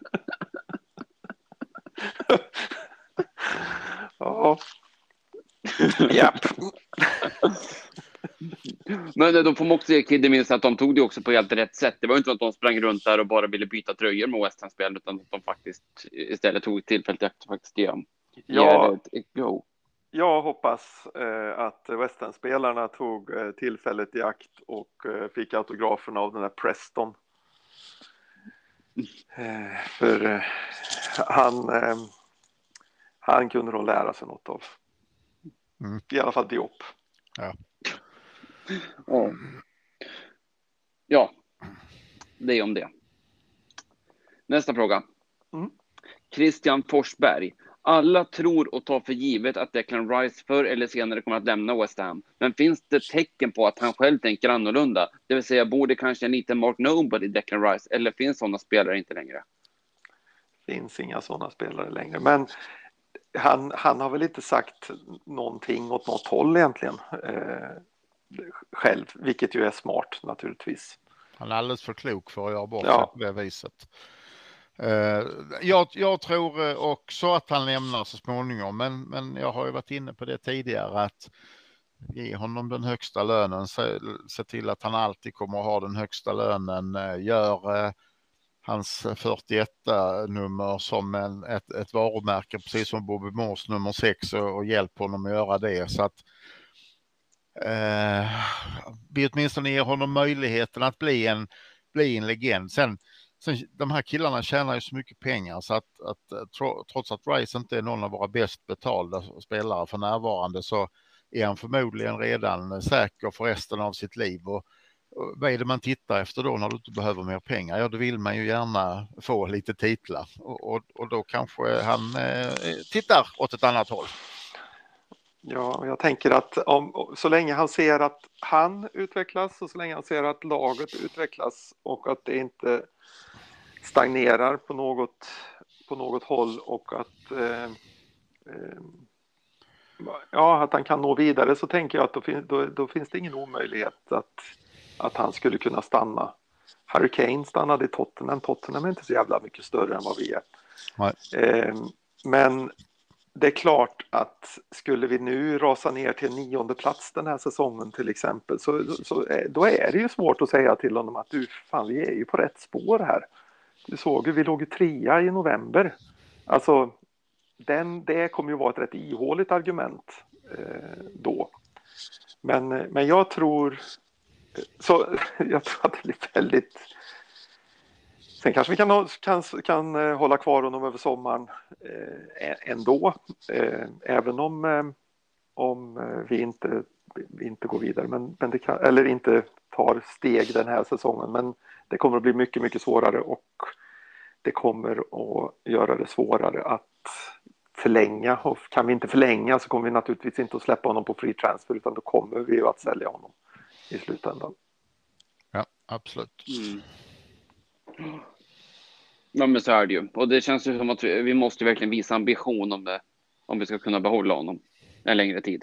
Ja. Japp. Men de får också ge Kidderminster att de tog det också på helt rätt sätt. Det var inte att de sprang runt där och bara ville byta tröjor med West Ham-spel, utan att de faktiskt istället tog tillfället att faktiskt ge ett go. Jag hoppas att West Ham-spelarna tog tillfället i akt och fick autograferna av den här Preston. För han kunde de lära sig något av. I alla fall Diop. Ja. Ja, det är om det. Nästa fråga. Christian Forsberg. Alla tror och tar för givet att Declan Rice förr eller senare kommer att lämna West Ham. Men finns det tecken på att han själv tänker annorlunda? Det vill säga, borde kanske en liten Mark Nobody Declan Rice, eller finns sådana spelare inte längre? Finns inga sådana spelare längre. Men han har väl inte sagt någonting åt något håll egentligen själv, vilket ju är smart naturligtvis. Han är alldeles för klok för att göra bort på det viset. Jag tror också att han lämnar så småningom, men jag har ju varit inne på det tidigare, att ge honom den högsta lönen, se till att han alltid kommer att ha den högsta lönen, gör hans 41-nummer som ett varumärke, precis som Bobby Moores nummer 6, och hjälp honom att göra det, så att vi åtminstone ger honom möjligheten att bli en legend. Sen de här killarna tjänar ju så mycket pengar, så att trots att Rice inte är någon av våra bäst betalda spelare för närvarande, så är han förmodligen redan säker för resten av sitt liv. Och vad är det man tittar efter då när du inte behöver mer pengar? Ja, då vill man ju gärna få lite titlar, och då kanske han tittar åt ett annat håll. Ja, jag tänker att så länge han ser att han utvecklas, och så länge han ser att laget utvecklas och att det inte stagnerar på något håll, och att att han kan nå vidare, så tänker jag att då finns det ingen omöjlighet att han skulle kunna stanna. Harry Kane stannade i Tottenham. Tottenham är inte så jävla mycket större än vad vi är. Nej. Men det är klart att skulle vi nu rasa ner till 9:e plats den här säsongen till exempel, då är det ju svårt att säga till honom att vi är ju på rätt spår här. Du såg ju, vi låg ju 3:a i november. Alltså, det kommer ju vara ett rätt ihåligt argument då. Men jag tror att det blir väldigt... Sen kanske vi kan hålla kvar honom över sommaren ändå. Även om vi inte går vidare. Men det kan, eller inte tar steg den här säsongen. Men det kommer att bli mycket, mycket svårare. Och det kommer att göra det svårare att förlänga. Och kan vi inte förlänga så kommer vi naturligtvis inte att släppa honom på free transfer. Utan då kommer vi att sälja honom i slutändan. Ja, absolut. Ja, men så är det ju. Och det känns ju som att vi måste verkligen visa ambition om vi ska kunna behålla honom en längre tid.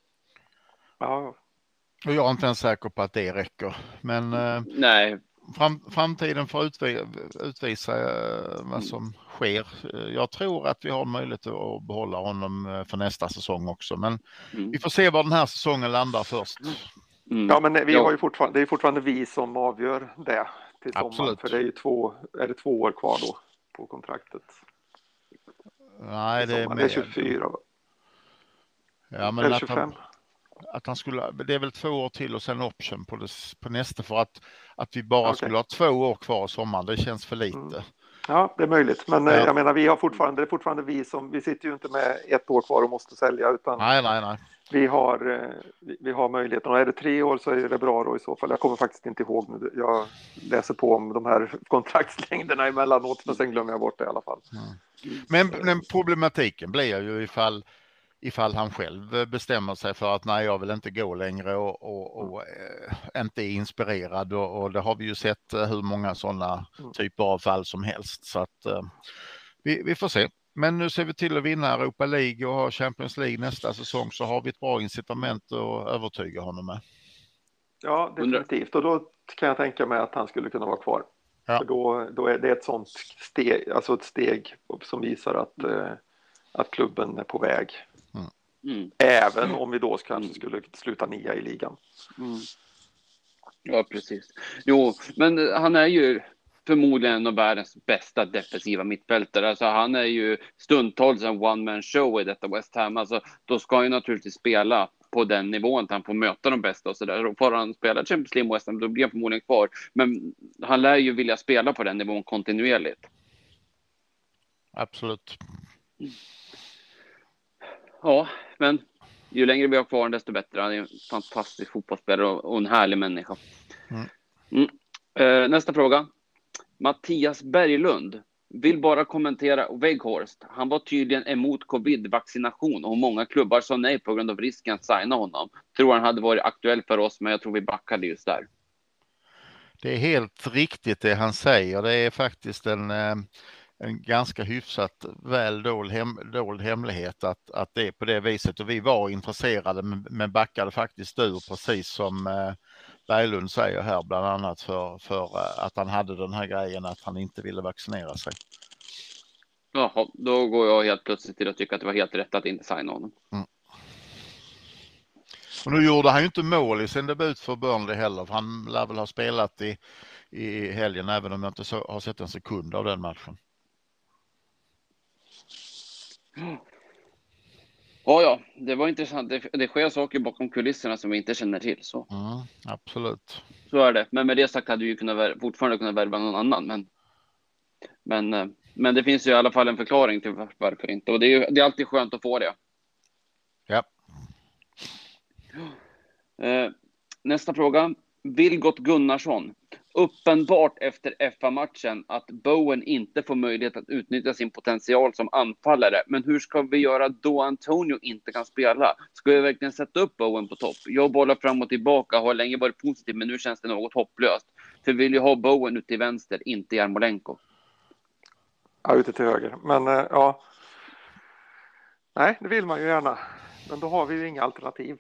Ja. Och jag är inte ens säker på att det räcker. Men nej. Framtiden får utvisa vad som sker. Jag tror att vi har möjlighet att behålla honom för nästa säsong också. Men vi får se var den här säsongen landar först. Ja, men vi har ju det är fortfarande vi som avgör det till sommaren. Absolut. För det är ju 2 år kvar då på kontraktet. Nej, det är 24. Ja, men eller 25. Att han skulle, det är väl 2 år till och sen option på nästa, för att vi bara skulle ha 2 år kvar i sommaren. Det känns för lite. Ja, det är möjligt. Men jag menar, det är fortfarande vi sitter ju inte med 1 år kvar och måste sälja, utan nej. Vi har möjligheten. Och är det 3 år så är det bra då i så fall. Jag kommer faktiskt inte ihåg nu. Jag läser på om de här kontraktslängderna emellanåt, men sen glömmer jag bort det i alla fall. Men problematiken blir ju ifall han själv bestämmer sig för att nej, jag vill inte gå längre och inte är inspirerad, och det har vi ju sett hur många sådana typer av fall som helst, så att vi får se. Men nu ser vi till att vinna Europa League och ha Champions League nästa säsong, så har vi ett bra incitament att övertyga honom med. Ja, definitivt. Och då kan jag tänka mig att han skulle kunna vara kvar. Ja. För då är det ett sånt steg, alltså ett steg som visar att klubben är på väg. Även om vi då kanske skulle sluta 9 i ligan. Ja, precis. Jo, men han är ju förmodligen en av världens bästa defensiva mittfältare. Alltså, han är ju stundtals en one-man show i detta West Ham. Alltså, då ska han ju naturligtvis spela på den nivån att han får möta de bästa och sådär. Och får han spela Champions League West Ham, då blir han förmodligen kvar. Men han lär ju vilja spela på den nivån kontinuerligt. Absolut. Ja, men ju längre vi har kvar desto bättre. Han är en fantastisk fotbollsspelare och en härlig människa. Nästa fråga. Mattias Berglund vill bara kommentera Weghorst. Han var tydligen emot covid-vaccination och många klubbar sa nej på grund av risken att signa honom. Tror han hade varit aktuell för oss, men jag tror vi backade just där. Det är helt riktigt det han säger. Det är faktiskt en ganska hyfsat väl dold hemlighet att det är på det viset. Och vi var intresserade, men backade faktiskt ur, precis som Berglund säger här, bland annat för att han hade den här grejen att han inte ville vaccinera sig. Jaha, då går jag helt plötsligt till att tycka att det var helt rätt att inte signa honom. Och nu gjorde han ju inte mål i sin debut för Burnley heller, för han lär väl ha spelat i helgen, även om jag inte har sett en sekund av den matchen. Ja, det var intressant. Det sker saker bakom kulisserna som vi inte känner till. Så. Absolut. Så är det. Men med det sagt hade vi ju fortfarande kunnat värva någon annan. Men det finns ju i alla fall en förklaring till varför inte. Och det är alltid skönt att få det. Ja. Nästa fråga. Vilgot Gunnarsson. Uppenbart efter FA-matchen att Bowen inte får möjlighet att utnyttja sin potential som anfallare. Men hur ska vi göra då Antonio inte kan spela? Ska vi verkligen sätta upp Bowen på topp? Jag bollar fram och tillbaka, har länge varit positiv, men nu känns det något hopplöst. För vi vill ju ha Bowen ut till vänster, inte Jarmolenko. Ja, ute till höger. Men ja. Nej, det vill man ju gärna. Men då har vi ju inga alternativ.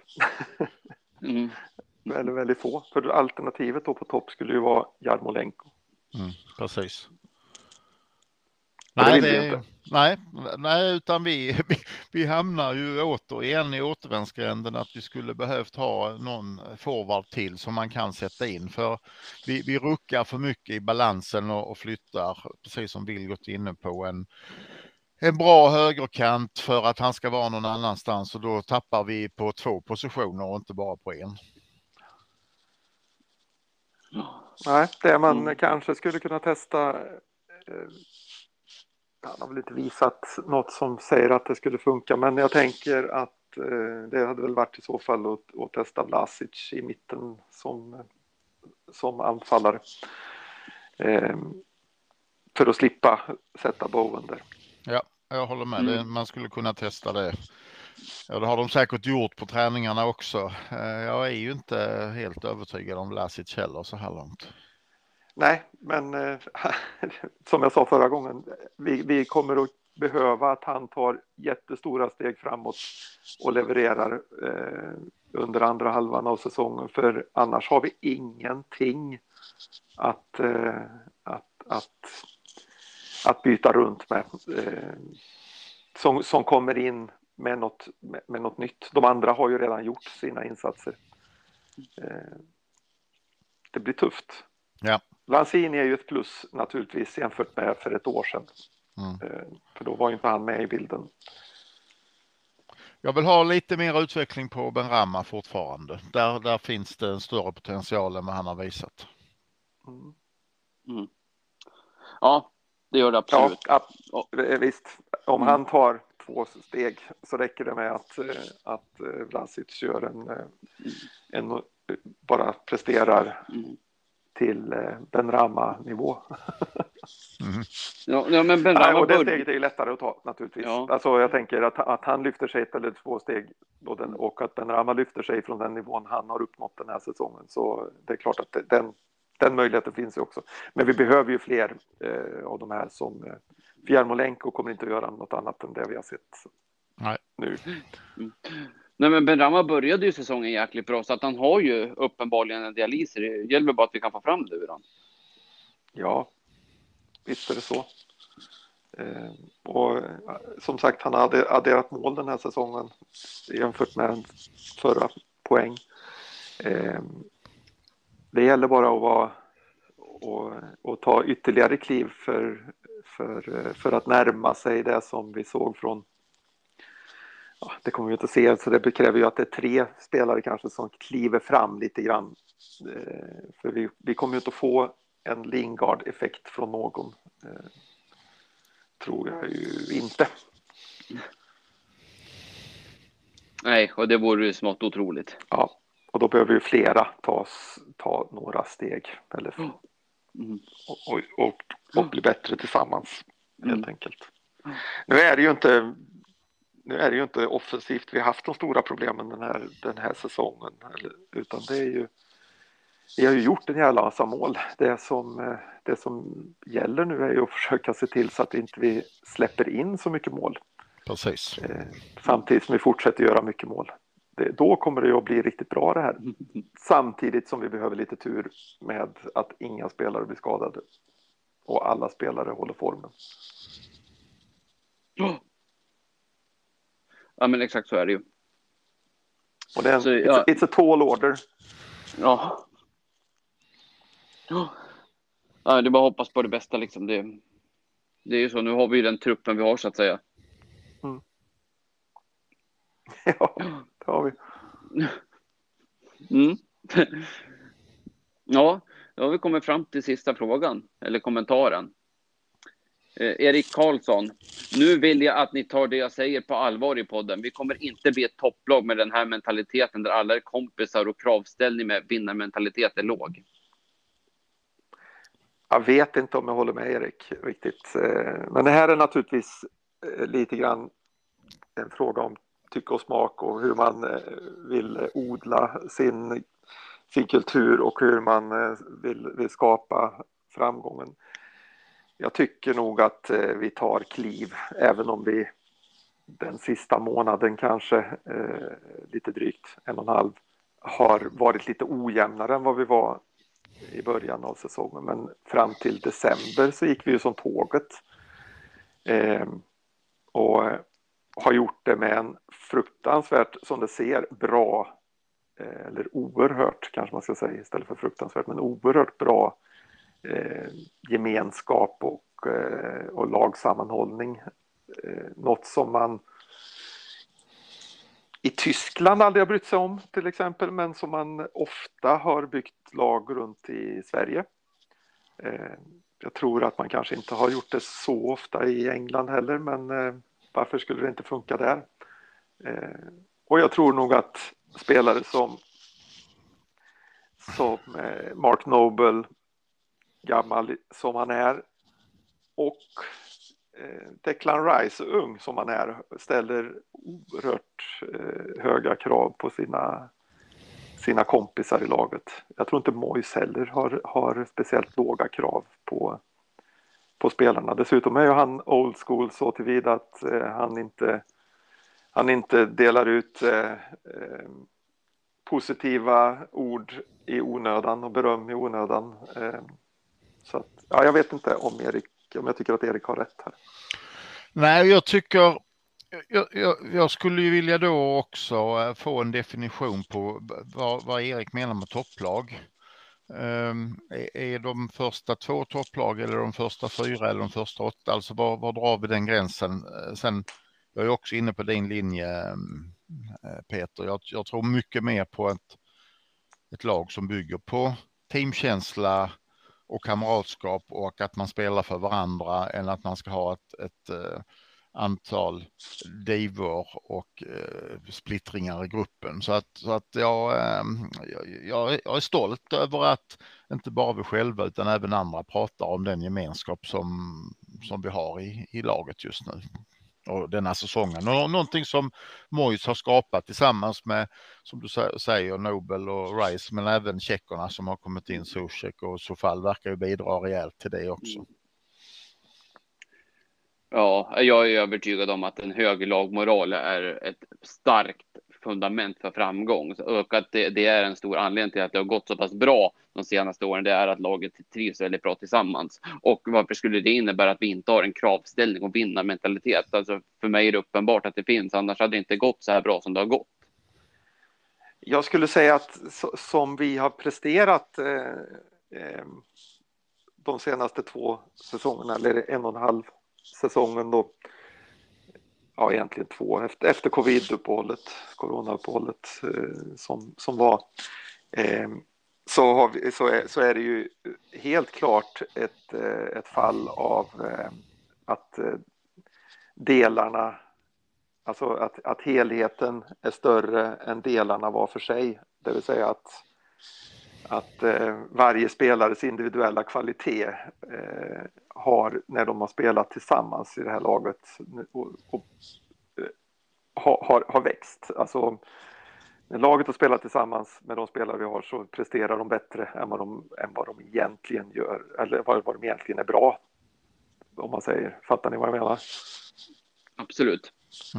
Eller väldigt få. För alternativet då på topp skulle ju vara Jarmolenko. Precis. Nej, utan vi hamnar ju återigen i återvändsgränden att vi skulle behövt ha någon forward till som man kan sätta in, för vi ruckar för mycket i balansen och flyttar, precis som Vilgot inne på, en bra högerkant för att han ska vara någon annanstans, och då tappar vi på 2 positioner och inte bara på en. Nej, det man kanske skulle kunna testa, han har väl inte visat något som säger att det skulle funka, men jag tänker att det hade väl varit i så fall att testa Vlasic i mitten som anfallare. För att slippa sätta Bowen där. Ja, jag håller med. Man skulle kunna testa det. Ja, det har de säkert gjort på träningarna också. Jag är ju inte helt övertygad om Vlasic heller så här långt. Nej, men som jag sa förra gången, vi kommer att behöva att han tar jättestora steg framåt och levererar under andra halvan av säsongen, för annars har vi ingenting att byta runt med som kommer in med något nytt. De andra har ju redan gjort sina insatser. Det blir tufft. Ja. Lanzini är ju ett plus naturligtvis jämfört med för ett år sedan. För då var ju inte han med i bilden. Jag vill ha lite mer utveckling på Benrahma fortfarande. Där finns det en större potential än vad han har visat. Ja, det gör det absolut. Ja, visst. Om han tar 2 steg så räcker det med att Vlasic gör en bara presterar till Benrahma-nivå. Ja, men Benrahma och det steget är ju lättare att ta naturligtvis. Ja. Alltså jag tänker att han lyfter sig 1 eller 2 steg och att Benrahma lyfter sig från den nivån han har uppnått den här säsongen. Så det är klart att den möjligheten finns ju också. Men vi behöver ju fler av de här som Yarmolenko kommer inte att göra något annat än det vi har sett nu. Nej, men Benrahma började ju säsongen jäkligt bra, så att han har ju uppenbarligen en dialyser. Det gäller bara att vi kan få fram det ur honom. Ja, visst är det så. Och som sagt, han hade adderat mål den här säsongen jämfört med förra poäng. Det gäller bara att ta ytterligare kliv för att närma sig det som vi såg från. Ja, det kommer vi inte att se, så det kräver ju att det är 3 spelare kanske som kliver fram lite grann. För vi kommer ju inte att få en Lingard-effekt från någon. Tror jag ju inte. Nej, och det vore ju smått otroligt. Ja, och då behöver ju flera ta några steg eller och bli bättre tillsammans helt enkelt. Nu är det ju inte offensivt vi har haft de stora problemen den här säsongen, utan det är ju vi har ju gjort en jävla massa mål. Det som gäller nu är ju att försöka se till så att inte vi släpper in så mycket mål. Precis. Samtidigt som vi fortsätter göra mycket mål. Då kommer det ju att bli riktigt bra det här. Samtidigt som vi behöver lite tur med att inga spelare blir skadade. Och alla spelare håller formen. Ja, men exakt så är det ju. Och det är it's a tall order. Ja. Ja, det är bara att hoppas på det bästa liksom. Det är ju så, nu har vi ju den truppen vi har så att säga. Ja, det har vi. Ja, då har vi kommit fram till sista frågan, eller kommentaren. Erik Karlsson, nu vill jag att ni tar det jag säger på allvar i podden. Vi kommer inte bli ett topplag med den här mentaliteten där alla är kompisar och kravställning med vinnarmentalitet är låg. Jag vet inte om jag håller med Erik riktigt. Men det här är naturligtvis lite grann en fråga om tycke och smak och hur man vill odla sin kultur och hur man vill skapa framgången. Jag tycker nog att vi tar kliv, även om vi den sista månaden kanske lite drygt 1,5 har varit lite ojämnare än vad vi var i början av säsongen. Men fram till december så gick vi ju som tåget. Och har gjort det med en fruktansvärt, som det ser, bra, eller oerhört kanske man ska säga istället för fruktansvärt, men oerhört bra gemenskap och lagsammanhållning. Något som man i Tyskland aldrig har brytt sig om till exempel, men som man ofta har byggt lag runt i Sverige. Jag tror att man kanske inte har gjort det så ofta i England heller, men varför skulle det inte funka där? Och jag tror nog att spelare som Mark Noble, gammal som han är, och Declan Rice, ung som han är, ställer oerhört höga krav på sina kompisar i laget. Jag tror inte Moyes heller har speciellt låga krav på spelarna. Dessutom är ju han old school så tillvida att han inte delar ut positiva ord i onödan och beröm i onödan. Så att, ja, jag vet inte om jag tycker att Erik har rätt här. Nej, jag tycker jag skulle ju vilja då också få en definition på vad Erik menar med topplag. Är de första 2 topplag eller de första 4 eller de första 8? Alltså var drar vi den gränsen? Sen, jag är också inne på din linje, Peter. Jag tror mycket mer på ett lag som bygger på teamkänsla och kamratskap och att man spelar för varandra än att man ska ha ett antal divor och splittringar i gruppen. Så att jag är stolt över att inte bara vi själva utan även andra pratar om den gemenskap som vi har i laget just nu. Och denna säsongen. Och någonting som Moyes har skapat tillsammans med, som du säger, Nobel och Rice, men även tjeckerna som har kommit in, Soucek och Sofall verkar ju bidra rejält till det också. Ja, jag är övertygad om att en hög lagmoral är ett starkt fundament för framgång och att det är en stor anledning till att det har gått så pass bra de senaste åren. Det är att laget trivs väldigt bra tillsammans. Och varför skulle det innebära att vi inte har en kravställning och vinnarmentalitet? Alltså för mig är det uppenbart att det finns, annars hade det inte gått så här bra som det har gått. Jag skulle säga att som vi har presterat de senaste 2 säsongerna, eller 1,5 säsongen då, ja egentligen 2 efter coronauppehållet som var, så är det ju helt klart ett fall av att delarna, alltså att helheten är större än delarna var för sig. Det vill säga att varje spelares individuella kvalitet när de har spelat tillsammans i det här laget har växt. Alltså när laget har spelat tillsammans med de spelare vi har så presterar de bättre än vad de egentligen gör, eller vad de egentligen är bra, om man säger. Fattar ni vad jag menar? Absolut.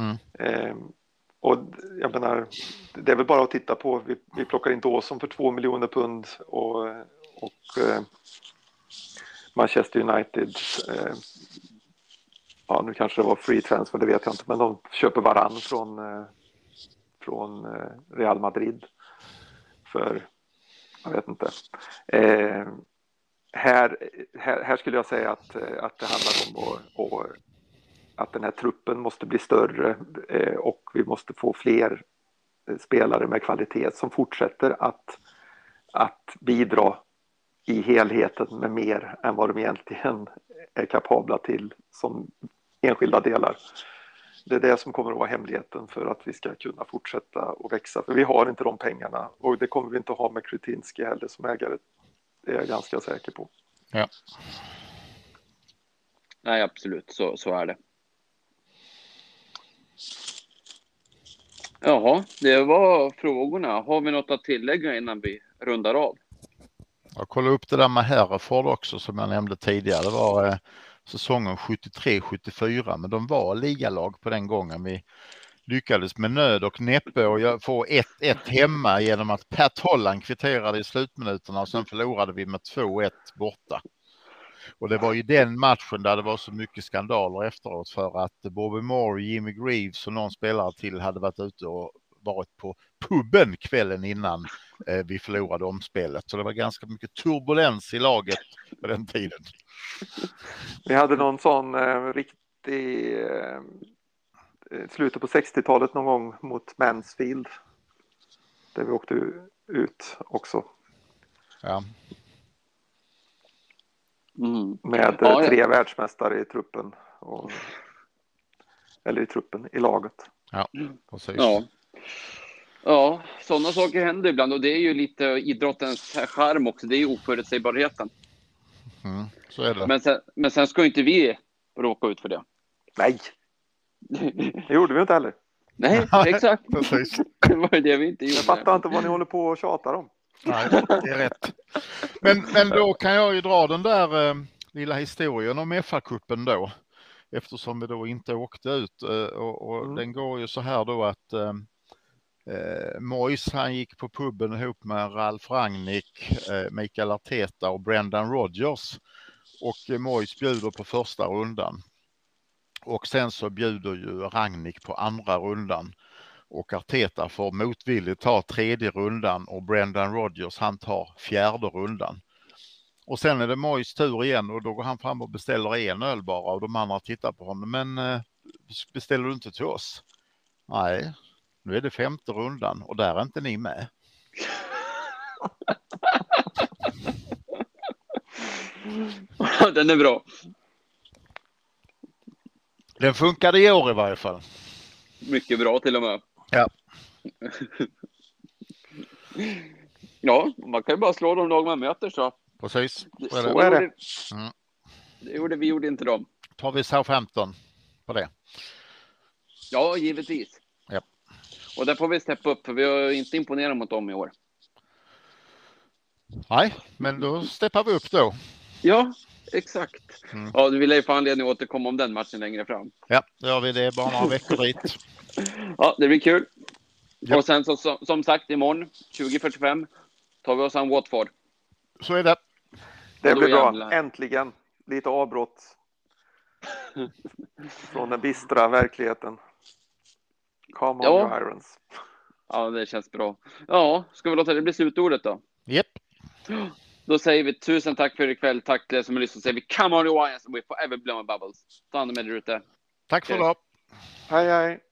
Och jag menar, det är väl bara att titta på, vi plockar in Dawson för 2 miljoner pund och Manchester United, ja nu kanske det var free transfer, det vet jag inte, men de köper varann från Real Madrid för, jag vet inte. Här skulle jag säga att det handlar om att den här truppen måste bli större och vi måste få fler spelare med kvalitet som fortsätter att bidra i helheten med mer än vad de egentligen är kapabla till som enskilda delar. Det är det som kommer att vara hemligheten för att vi ska kunna fortsätta och växa. För vi har inte de pengarna och det kommer vi inte ha med Kretinsky heller som ägare. Det är jag ganska säker på. Ja. Nej, absolut. Så är det. Jaha, det var frågorna. Har vi något att tillägga innan vi rundar av? Jag kollade upp det där med Hereford också som jag nämnde tidigare. Det var säsongen 73-74, men de var ligalag på den gången. Vi lyckades med nöd och näppe och få 1-1 hemma genom att Pat Holland kvitterade i slutminuterna och sen förlorade vi med 2-1 borta. Och det var ju den matchen där det var så mycket skandaler efteråt för att Bobby Moore, Jimmy Greaves och någon spelare till hade varit ute och varit på puben kvällen innan vi förlorade omspelet. Så det var ganska mycket turbulens i laget på den tiden. Vi hade någon sån riktig slutet på 60-talet någon gång mot Mansfield. Där vi åkte ut också. Ja. Med 3 världsmästare i truppen. I laget. Ja, precis. Ja, sådana saker händer ibland och det är ju lite idrottens charm också. Det är ju oförutsägbarheten. Så är det. Men sen ska inte vi råka ut för det. Nej, det gjorde vi inte heller. Nej, exakt. Precis. Det var ju det vi inte gjorde. Jag fattar inte vad ni håller på och tjatar om. Nej, det är rätt. Men då kan jag ju dra den där lilla historien om FA-cupen då. Eftersom vi då inte åkte ut. Och den går ju så här då att Moyes han gick på puben ihop med Ralf Rangnick, Mikael Arteta och Brendan Rodgers. Och Moyes bjuder på första rundan. Och sen så bjuder ju Rangnick på andra rundan. Och Arteta får motvilligt ta tredje rundan och Brendan Rodgers han tar fjärde rundan. Och sen är det Moyes tur igen och då går han fram och beställer en öl bara och de andra tittar på honom. Men beställer du inte till oss? Nej, nu är det femte rundan och där är inte ni med. Den är bra. Den funkade i år i varje fall. Mycket bra till och med. Ja. Ja, man kan ju bara slå de lag man möter så. Precis. Så är det. Vi gjorde inte dem. Tar vi Southampton på det? Ja, givetvis. Ja. Och där får vi steppa upp för vi har inte imponerat mot dem i år. Nej, men då steppar vi upp då. Ja, exakt. Ja, du vill ju få anledning att återkomma om den matchen längre fram. Ja, då gör vi det bara några veckor dit. Ja, det blir kul. Ja. Och sen som sagt imorgon 20:45 tar vi oss an Watford. Så är det. Det blir bra. Jävlar. Äntligen. Lite avbrott. Från den bistra verkligheten. Come on, you Irons. Ja, det känns bra. Ja, ska vi låta det bli slutordet då? Japp. Då säger vi tusen tack för ikväll. Tack till er som har lyssnat. Säger vi come on, you Irons and we forever blow my bubbles. Ta hand om er där ute. Tack för idag. Hej, hej.